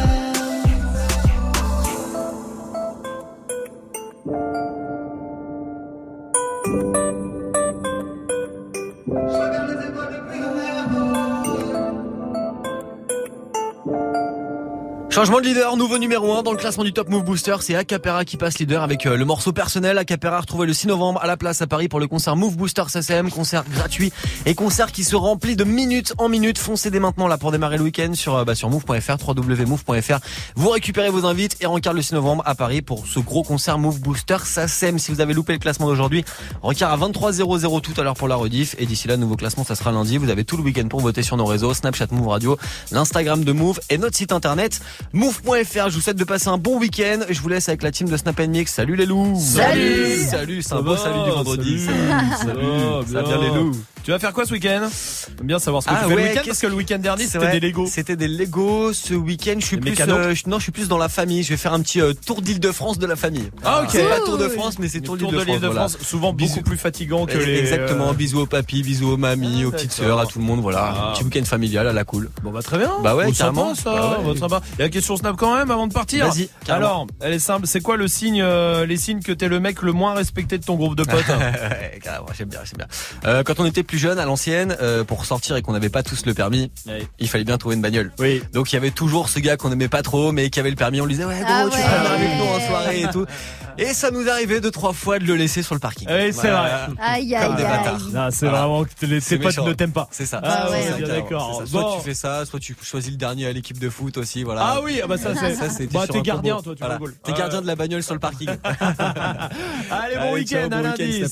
Changement de leader, nouveau numéro un dans le classement du Top Move Booster, c'est Acapera qui passe leader avec le morceau personnel. Acapera retrouvé le six novembre à la place à Paris pour le concert Move Booster S S M, concert gratuit et concert qui se remplit de minute en minute. Foncez dès maintenant là pour démarrer le week-end sur bah, sur move point f r, w w w point move point f r. Vous récupérez vos invites et rencard le six novembre à Paris pour ce gros concert Move Booster S S M. Si vous avez loupé le classement d'aujourd'hui, rencard à vingt-trois heures tout à l'heure pour la rediff et d'ici là, nouveau classement, ça sera lundi. Vous avez tout le week-end pour voter sur nos réseaux, Snapchat Move Radio, l'Instagram de Move et notre site internet move point f r. Je vous souhaite de passer un bon week-end. Je vous laisse avec la team de Snap and Mix. Salut les loups. Salut. Salut, c'est un beau salut du vendredi. Salut. Salut. Ça va bien les loups. Tu vas faire quoi ce week-end? J'aime bien savoir ce que ah tu fais ouais, le week-end parce que le week-end dernier c'était des Legos. C'était des Legos. Ce week-end, je suis plus, euh, je, non, je suis plus dans la famille. Je vais faire un petit euh, tour d'Île-de-France de la famille. Ah ok. C'est pas Tour de France, mais c'est Tour d'Île-de-France. Tour d'Île-de-France, voilà. Souvent beaucoup plus fatigant que les. Exactement. Bisous aux papis, bisous aux mamies, aux petites sœurs, à tout le monde. Voilà. Ah. Petit week-end familial à la cool. Bon bah très bien. Bah ouais, bon, carrément. Sympa, ça. Bah ouais. Bon, sympa. Il y a une question Snap quand même avant de partir. Vas-y. Carrément. Alors, elle est simple. C'est quoi le signe, euh, les signes que t'es le mec le moins respecté de ton groupe de potes? Carrément. J'aime bien, j'aime bien. Euh, quand on était plus jeune à l'ancienne, euh, pour sortir et qu'on n'avait pas tous le permis, oui. Il fallait bien trouver une bagnole. Oui. Donc il y avait toujours ce gars qu'on aimait pas trop, mais qui avait le permis. On lui disait ouais, gros, ah tu ouais. vas avec nous en soirée et tout. Et ça nous arrivait deux trois fois de le laisser sur le parking. Oui, c'est voilà. vrai. Aïe aïe aïe. Non, c'est voilà. Vraiment que les, tes potes ne t'aiment pas. C'est ça. Ah ouais. C'est bien d'accord. Ça. Soit bon. Tu fais ça, soit tu choisis le dernier à l'équipe de foot aussi, voilà. Ah oui, ah bah ça c'est. Ça, c'est bah, t'es gardien, toi, tu voilà. T'es gardien de la bagnole sur le parking. Allez, bon week-end, à lundi.